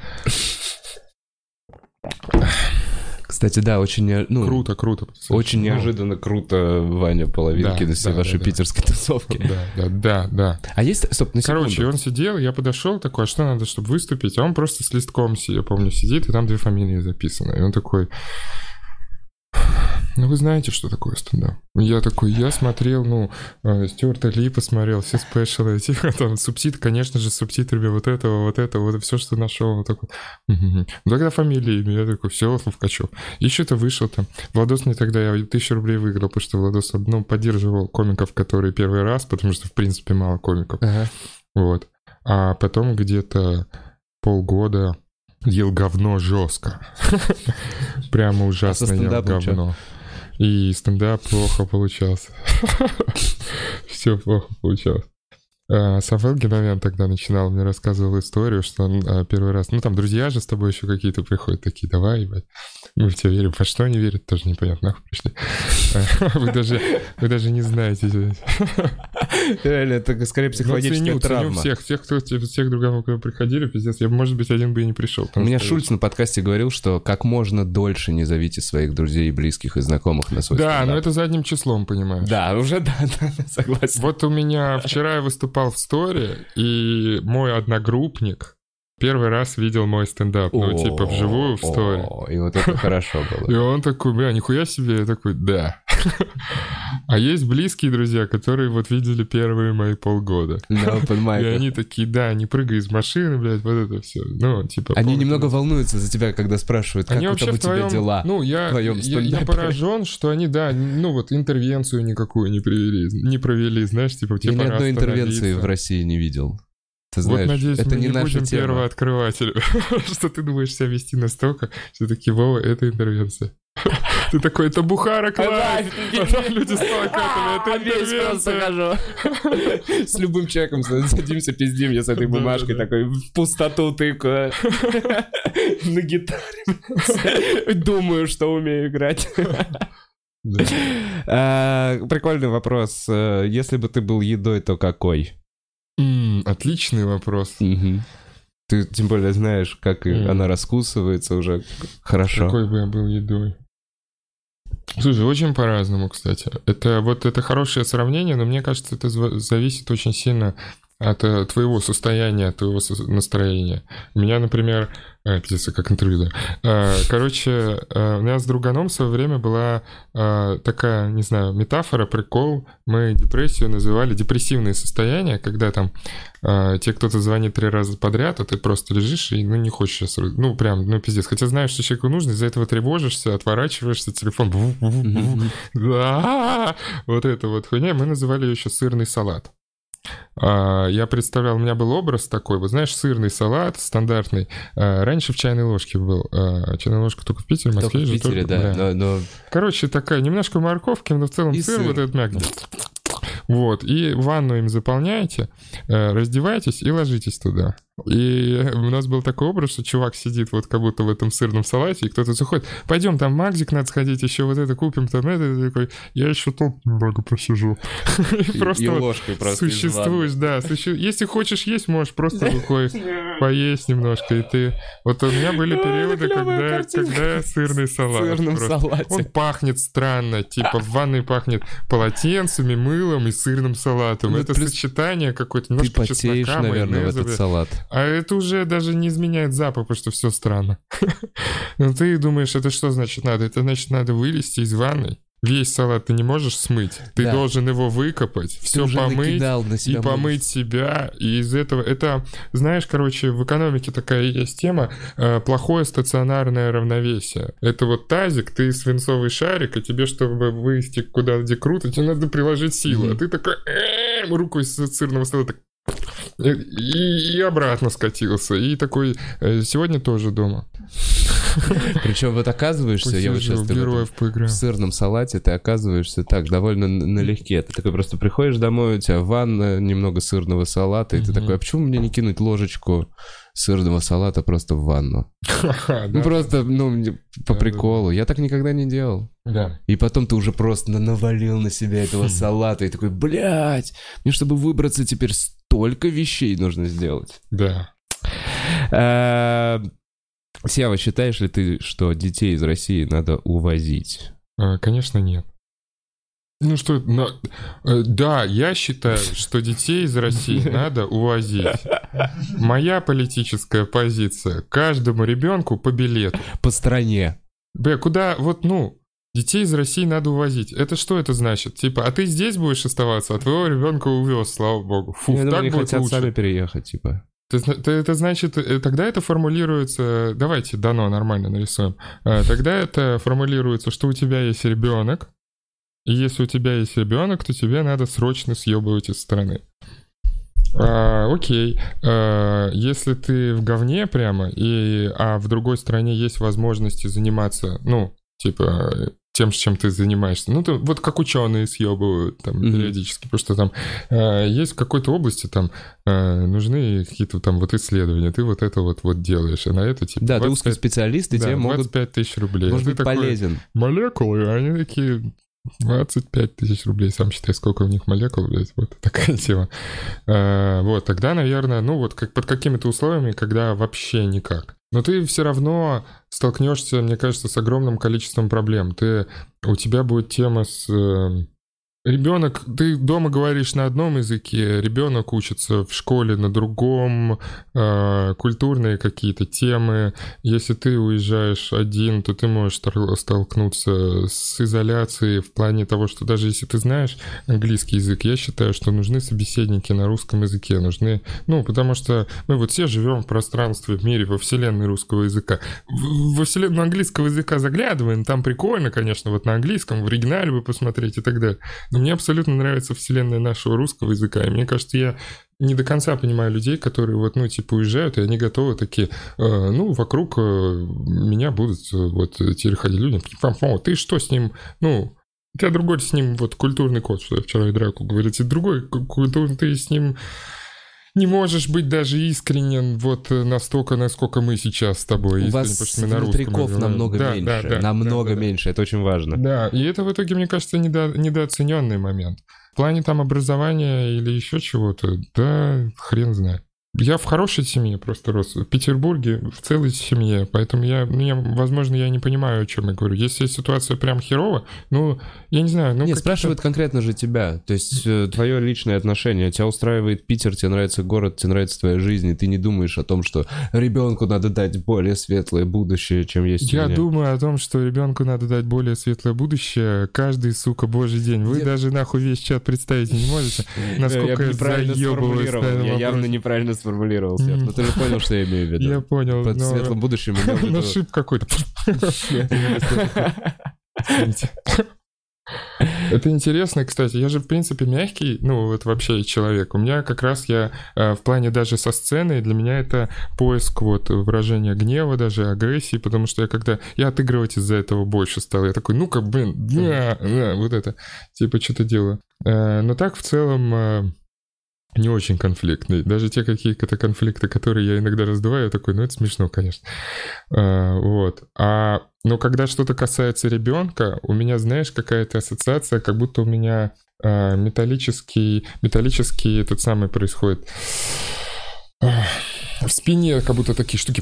Кстати, да, очень... Ну, круто. Очень неожиданно круто Ваня Половинкин из всей вашей питерской тусовки. Да. А есть... Стоп, на секунду. Короче, он сидел, я подошел такой, а что надо, чтобы выступить? А он просто с листком, я помню, сидит, и там 2 фамилии записаны. И он такой... Ну, вы знаете, что такое стендап? Я такой, я смотрел, Стюарта Ли посмотрел, все спешалы, там субтитры, конечно же, с субтитрами вот этого, вот все, что нашел, вот такой. Тогда фамилия, имя, я такой, все, Ловкачев. И что-то вышел там. Владос мне тогда, я 1000 рублей выиграл, потому что Владос, поддерживал комиков, которые первый раз, потому что, в принципе, мало комиков. Вот. А потом где-то полгода ел говно жестко. Прямо ужасно ел говно. И стендап плохо получался. Все плохо получалось. Сафел Геновян тогда начинал, мне рассказывал историю, что он первый раз... Ну, там друзья же с тобой еще какие-то приходят, такие, давай, ебать. Мы в тебя верим. Во что они верят, тоже непонятно. Нахуй пришли. Вы даже не знаете. Реально, это скорее психологическая травма. Всех другам, кто приходили, пиздец, я, может быть, один бы и не пришел. У меня Шульц на подкасте говорил, что как можно дольше не зовите своих друзей, близких и знакомых на свой стендап. Да, но это задним числом, понимаешь. Да, уже да, согласен. Вот у меня вчера я выступал в сторе, и мой одногруппник первый раз видел мой стендап, типа вживую в сторе. И вот это хорошо было. И он такой, бля, нихуя себе, я такой, да. А есть близкие друзья, которые вот видели первые мои полгода. И они такие, да, не прыгай из машины, блядь, вот это все. Ну, типа... Они немного волнуются за тебя, когда спрашивают, как у тебя дела в твоем стендапе. Я поражен, что они, да, вот интервенцию никакую не провели, знаешь, типа... Я ни одной интервенции в России не видел. Ты знаешь, вот, надеюсь, это мы не наша будем тема. Первооткрывателем. Что ты думаешь себя вести настолько, что такие, Вова, это интервенция. Ты такой, это Бухара класс! Потом люди с плакатами, это интервенция. С любым человеком садимся, пиздим, я с этой бумажкой такой в пустоту тыкаю. На гитаре. Думаю, что умею играть. Прикольный вопрос. Если бы ты был едой, то какой? Отличный вопрос. Ты тем более знаешь, как она раскусывается уже хорошо. Какой бы я был едой. Слушай, очень по-разному, кстати. Это хорошее сравнение, но мне кажется, это зависит очень сильно от твоего состояния, от твоего настроения. У меня, например... Пиздец, как интервью, да. Короче, у меня с друганом в свое время была такая, не знаю, метафора, прикол. Мы депрессию называли депрессивные состояния, когда там тебе кто-то звонит 3 раза подряд, а ты просто лежишь и не хочешь сейчас... пиздец. Хотя знаешь, что человеку нужно, из-за этого тревожишься, отворачиваешься, телефон... Вот это вот хуйня. Мы называли ее еще сырный салат. Я представлял, у меня был образ такой, вот знаешь, сырный салат стандартный. Раньше в чайной ложке был. Чайная ложка только в Питере, в Москве. Только в Питере, да. Но... Короче, такая, немножко морковки, но в целом сыр вот этот мягкий. Вот, и ванну им заполняете, раздеваетесь и ложитесь туда. И у нас был такой образ, что чувак сидит вот как будто в этом сырном салате, и кто-то заходит, пойдем, там в Магзик надо сходить, еще вот это купим, там это, такой, я еще тут немного посижу. И ложкой просто существуешь, да. Если хочешь есть, можешь просто рукой поесть немножко, и ты... Вот у меня были периоды, когда сырный салат. Он пахнет странно, типа в ванной пахнет полотенцами, мылом и сырным салатом. Это сочетание какое-то, немножко чеснока, майонеза. Ты потеешь, наверное, в этот салат. А это уже даже не изменяет запах, потому что все странно. Но ты думаешь, это что значит надо? Это значит надо вылезти из ванной. Весь салат ты не можешь смыть. Ты должен его выкопать, все помыть и помыть себя. И из этого... Это, знаешь, короче, в экономике такая есть тема плохое стационарное равновесие. Это вот тазик, ты свинцовый шарик, и тебе, чтобы вывести куда где круто, тебе надо приложить силу. А ты такой рукой с сырного салата и обратно скатился. И такой, сегодня тоже дома. Причем вот оказываешься, я вот сейчас в сырном салате, ты оказываешься так, довольно налегке. Ты такой просто приходишь домой, у тебя ванна, немного сырного салата, и ты такой, а почему мне не кинуть ложечку сырного салата просто в ванну? Ну просто, по приколу. Я так никогда не делал. Да. И потом ты уже просто навалил на себя этого салата, и такой, блядь, мне чтобы выбраться теперь столько вещей нужно сделать. Да. Сева, считаешь ли ты, что детей из России надо увозить? Конечно, нет. Да, я считаю, что детей из России надо увозить. Моя политическая позиция: каждому ребенку по билету. По стране. Куда, детей из России надо увозить. Это что это значит? Типа, а ты здесь будешь оставаться, а твоего ребенка увез, слава богу. Фу, так они будет хотят лучше. Сами переехать, типа. Это значит, тогда это формулируется, давайте дано нормально нарисуем, тогда это формулируется, что у тебя есть ребенок, и если у тебя есть ребенок, то тебе надо срочно съебывать из страны. Окей, если ты в говне прямо, а в другой стране есть возможности заниматься, тем, чем ты занимаешься. Ты, вот как ученые съебывают там периодически, потому что там есть в какой-то области там нужны какие-то там вот исследования, ты вот это вот делаешь, и на это типа... Да, 25, ты узкий специалист, и тебе могут... 25 тысяч рублей. Может быть, такой, полезен. Молекулы, они такие... 25 тысяч рублей, сам считай, сколько у них молекул, блядь, вот такая тема. Тогда, наверное, под какими-то условиями, когда вообще никак. Но ты все равно столкнешься, мне кажется, с огромным количеством проблем. У тебя будет тема с... Ребенок, ты дома говоришь на одном языке, ребенок учится в школе на другом, культурные какие-то темы. Если ты уезжаешь один, то ты можешь столкнуться с изоляцией в плане того, что даже если ты знаешь английский язык, я считаю, что нужны собеседники на русском языке. Потому что мы вот все живем в пространстве, в мире, во вселенной русского языка. Во вселенную английского языка заглядываем, там прикольно, конечно, вот на английском, в оригинале вы посмотреть и так далее. Но мне абсолютно нравится вселенная нашего руского языка. И мне кажется, я не до конца понимаю людей, которые уезжают, и они готовы такие, вокруг меня будут теперь ходить люди, ты что с ним, у тебя другой с ним культурный код, что я вчера и Драку говорите, другой культурный, ты с ним... Не можешь быть даже искренен настолько, насколько мы сейчас с тобой. У вас внутриков намного меньше. Намного меньше, это очень важно. Да, и это в итоге, мне кажется, недооцененный момент. В плане там образования или еще чего-то, да, хрен знает. Я в хорошей семье просто рос. В Петербурге в целой семье. Поэтому возможно, я не понимаю, о чем я говорю. Если ситуация прям херова, ну, я не знаю. Ну, нет, спрашивают конкретно же тебя. То есть твое личное отношение. Тебя устраивает Питер, тебе нравится город, тебе нравится твоя жизнь, и ты не думаешь о том, что ребенку надо дать более светлое будущее, чем есть у меня. Я думаю о том, что ребенку надо дать более светлое будущее каждый, сука, божий день. Вы даже нахуй весь чат представить не можете, насколько я заебываюсь. Я явно неправильно сформулировался. Но ты же понял, что я имею в виду. Я понял. Под светлым будущим имел в виду. Ну, шип какой-то. Это интересно, кстати. Я же, в принципе, мягкий, ну, вот вообще человек. У меня как раз в плане даже со сцены, для меня это поиск вот выражения гнева, даже агрессии, потому что я отыгрывать из-за этого больше стал. Я такой, ну-ка, блин, вот это, типа, что-то делаю. Но так, в целом... не очень конфликтный. Даже те какие-то конфликты, которые я иногда раздуваю, я такой, ну это смешно, конечно. Вот. Но когда что-то касается ребенка, у меня, знаешь, какая-то ассоциация, как будто у меня металлический этот самый происходит. В спине как будто такие штуки.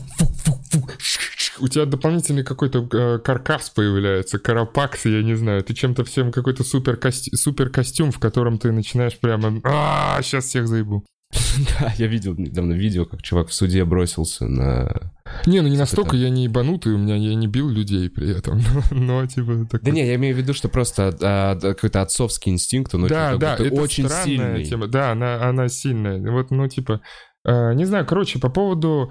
У тебя дополнительный какой-то каркас появляется, карапакс, я не знаю. Ты чем-то всем какой-то супер костюм, в котором ты начинаешь прямо... сейчас всех заебу. Да, я видел недавно видео, как чувак в суде бросился на... Не, ну не настолько, я не ебанутый, я не бил людей при этом, но типа... Такой... Да не, я имею в виду, что просто какой-то отцовский инстинкт, он это очень сильный. Тема. Да, она сильная. Вот, ну типа... не знаю, короче, по поводу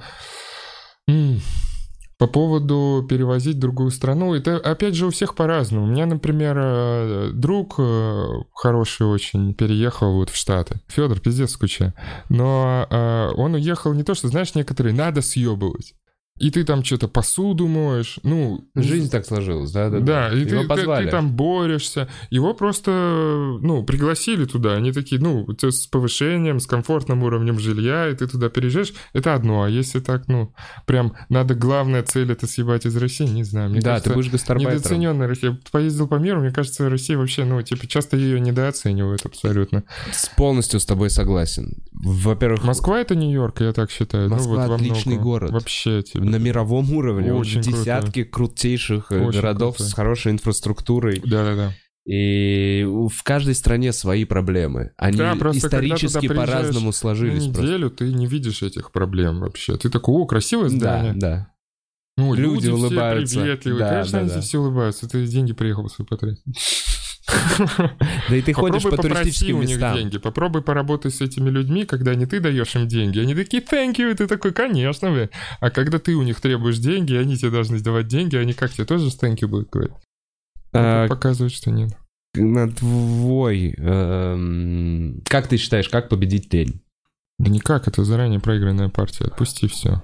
перевозить в другую страну, это, опять же, у всех по-разному. У меня, например, друг хороший очень переехал вот в Штаты. Федор, пиздец скучаю. Но он уехал не то, что, знаешь, некоторые надо съебывать. И ты там что-то посуду моешь, ну... Жизнь так сложилась, да? Да, и ты там борешься. Его просто, пригласили туда. Они такие, с повышением, с комфортным уровнем жилья, и ты туда переезжаешь, это одно. А если так, прям надо, главная цель — это съебать из России, не знаю. Мне кажется, ты будешь гастарбайтером. Недооцененная Россия. Я поездил по миру, мне кажется, Россия вообще, часто ее недооценивают абсолютно. Полностью с тобой согласен. Во-первых... Москва — это Нью-Йорк, я так считаю. Москва отличный город. Вообще, на мировом уровне. Очень десятки крутейших городов с хорошей инфраструктурой. Да-да-да. И в каждой стране свои проблемы. Они исторически по-разному сложились. На неделю ты не видишь этих проблем вообще. Ты такой, красивое здание. Да. Люди улыбаются. Все приветливые. Конечно, они все улыбаются. Ты деньги приехал свои потратить. Да и ты ходишь по туристическим местам. Деньги. Попробуй поработать с этими людьми, когда не ты даешь им деньги. Они такие, thank you, и ты такой, конечно, блин. А когда ты у них требуешь деньги, они тебе должны давать деньги, они как тебе тоже с thank you будут говорить? Показывают, что нет. На твой... Как ты считаешь, как победить лень? Да никак, это заранее проигранная партия. Отпусти все.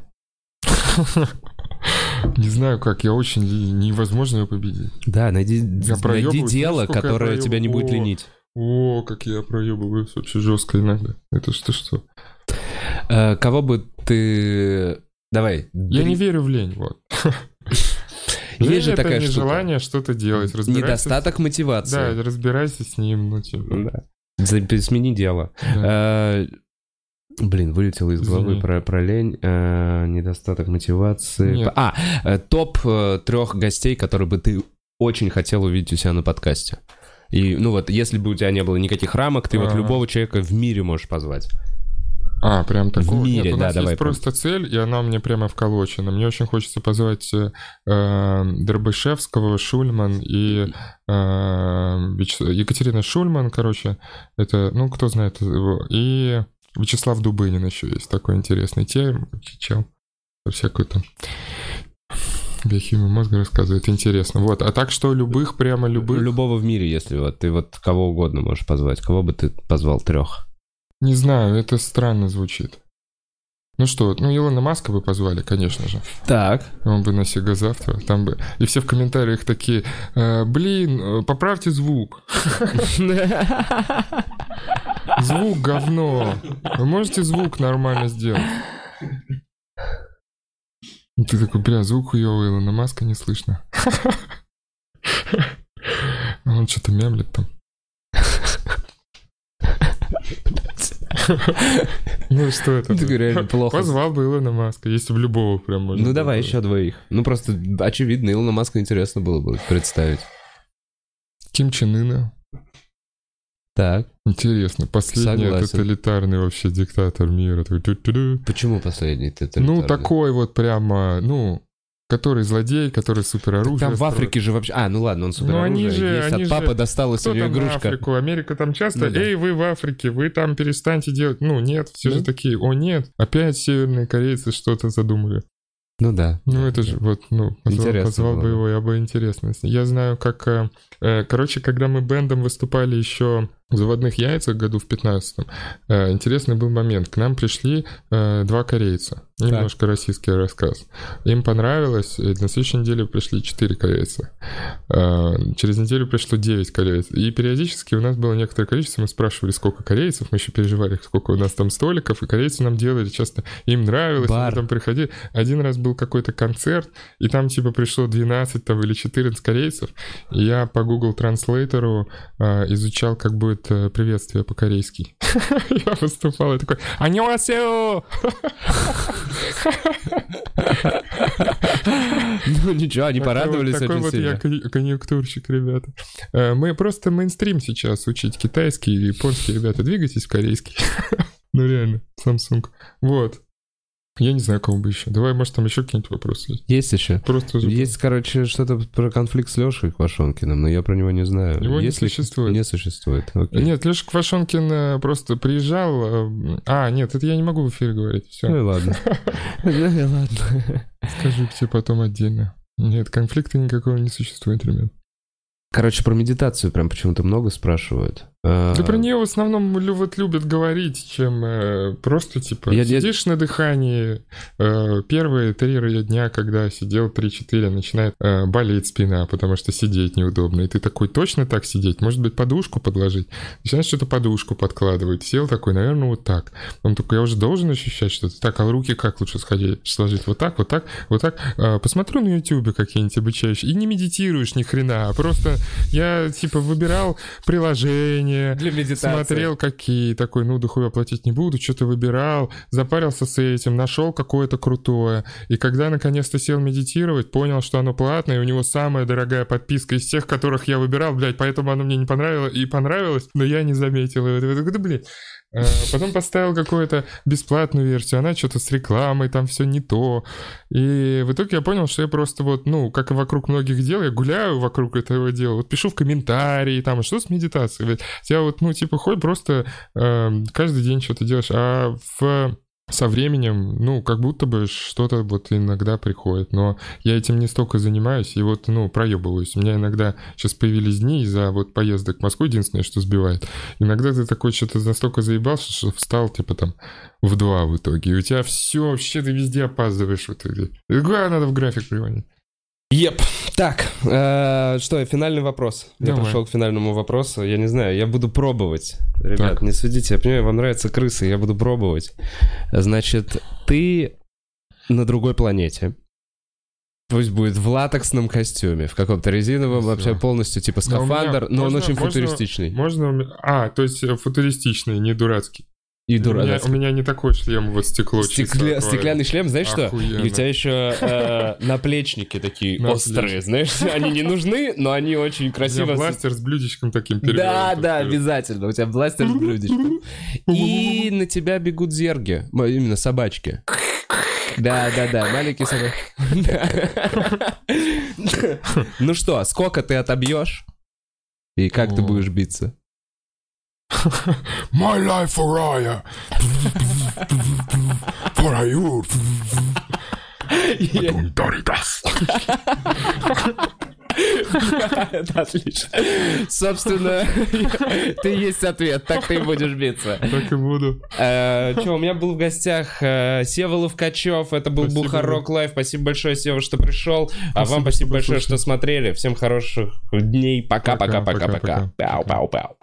Не знаю как, невозможно ее победить. Да, найди дело, которое тебя не будет ленить. Как я проебываюсь вообще жестко иногда. Это что? Кого бы ты... Давай. Я не верю в лень, вот. Есть же такая штука. Желание что-то делать. Недостаток мотивации. Да, разбирайся с ним, Да. Смени дело. Вылетело из головы про лень, недостаток мотивации. Топ 3 гостей, которые бы ты очень хотел увидеть у себя на подкасте. И, если бы у тебя не было никаких рамок, ты любого человека в мире можешь позвать. Прям такого? В мире, у нас давай. Есть просто цель, и она мне прямо вколочена. Мне очень хочется позвать Дробышевского, Шульман и Екатерина Шульман, короче. Это, кто знает его. И... Вячеслав Дубынин еще есть такой интересный чел. Всякую там биохимию мозга рассказывает. Интересно. Вот. А так что любых. Любого в мире, если ты кого угодно можешь позвать. Кого бы ты позвал 3? Не знаю, это странно звучит. Илона Маска бы позвали, конечно же. Так. Он бы на Сега завтра. Там бы... И все в комментариях такие, поправьте звук. Звук говно. Вы можете звук нормально сделать? Ты такой, звук хуёвый, Илона Маска не слышно. Он что-то мямлит там. Ну что это? Реально плохо. Позвал бы Илона Маска, если бы любого прям можно. Ну давай еще двоих. Ну просто очевидно, Илона Маска интересно было бы представить. Ким Чен Ына. Так. Интересно. Последний тоталитарный вообще диктатор мира. Почему последний тоталитарный? Ну такой вот прямо, который злодей, который супероружие. Там в Африке же вообще... ну ладно, он супероружие. От папы досталась у него игрушка. Кто там в Африку? Америка там часто... Эй, вы в Африке, вы там перестаньте делать... Нет, все же такие... О, нет, опять северные корейцы что-то задумали. Ну да. Это же вот, позвал бы его, я бы интересно. Я знаю, как... Короче, когда мы бэндом выступали еще в «Заводных яйцах» году в 15-м, интересный был момент. К нам пришли 2 корейца. Немножко российский рассказ. Им понравилось, и на следующей неделе пришли 4 корейца. Через неделю пришло 9 корейцев. И периодически у нас было некоторое количество, мы спрашивали, сколько корейцев, мы еще переживали, сколько у нас там столиков, и корейцы нам делали часто, им нравилось, они там приходили. Один раз был какой-то концерт, и там типа пришло 12 или 14 корейцев, и я по Google Translator изучал, как будет приветствие по-корейски. Я выступал и такой: «Аньонхасео!» Ну ничего, они порадовались очень сильно. Такой вот я конъюнктурщик, ребята. Мы просто мейнстрим сейчас учить китайский или японский, ребята. Двигайтесь в корейский. Ну реально, Samsung. Вот. Я не знаю, кому бы еще. Давай, может, там еще какие-нибудь вопросы есть? Есть еще. Просто есть, короче, что-то про конфликт с Лешей Квашонкиным, но я про него не знаю. Его не существует. Не существует. Окей. Нет, Леша Квашонкин просто приезжал... нет, это я не могу в эфире говорить. Все. Ну и ладно. Скажу тебе потом отдельно. Нет, конфликта никакого не существует, ребят. Короче, про медитацию прям почему-то много спрашивают. Да про нее в основном любят говорить, чем просто типа сидишь на дыхании, первые 3 дня, когда сидел 3-4, начинает болеть спина, потому что сидеть неудобно. И ты такой: точно так сидеть? Может быть, подушку подложить? Начинаешь что-то подушку подкладывать. Сел такой: наверное, вот так. Он такой: я уже должен ощущать что-то. Так, а руки как лучше сложить? Вот так, вот так, вот так. Посмотрю на YouTube какие-нибудь обучающие. И не медитируешь ни хрена, а просто я типа выбирал приложение, для медитации. Смотрел какие, такой: духовой оплатить не буду, что-то выбирал, запарился с этим, нашел какое-то крутое. И когда наконец-то сел медитировать, понял, что оно платное, и у него самая дорогая подписка из всех, которых я выбирал, поэтому оно мне не понравилось, но я не заметил. Потом поставил какую-то бесплатную версию, она что-то с рекламой, там все не то. И в итоге я понял, что я просто как и вокруг многих дел, я гуляю вокруг этого дела, пишу в комментарии, там, что с медитацией? Ведь я хоть просто каждый день что-то делаешь, а со временем, как будто бы что-то иногда приходит, но я этим не столько занимаюсь и проебываюсь. У меня иногда сейчас появились дни из-за поездок в Москву, единственное, что сбивает. Иногда ты такой что-то настолько заебался, что встал в 2 в итоге, и у тебя все, вообще ты везде опаздываешь в итоге. Надо в график приводить. Еп. Так, что, финальный вопрос. Давай. Я пришел к финальному вопросу. Я не знаю, я буду пробовать. Ребят, так. Не судите, я понимаю, вам нравятся крысы, я буду пробовать. Значит, ты на другой планете. Пусть будет в латексном костюме, в каком-то резиновом, вообще полностью типа скафандр, но он очень футуристичный. То есть футуристичный, не дурацкий. И у меня не такой шлем, стекло. Стеклянный шлем, знаешь Охуенно. что? И у тебя еще наплечники такие острые, знаешь? Они не нужны, но они очень красиво... У меня бластер с блюдечком таким перевернутым. Да, обязательно. У тебя бластер с блюдечком. И на тебя бегут зерги, именно собачки. Да, маленький собачки. Ну что, сколько ты отобьешь? И как ты будешь биться? My life for Raya. For you. Это отлично. Собственно, ты есть ответ, так ты и будешь биться. Так и буду. У меня был в гостях Сева Ловкачев, это был Бухарок Лайв. Спасибо большое, Сева, что пришел. А вам спасибо большое, что смотрели. Всем хороших дней. Пока-пока-пока-пока. Пау-пау-пау.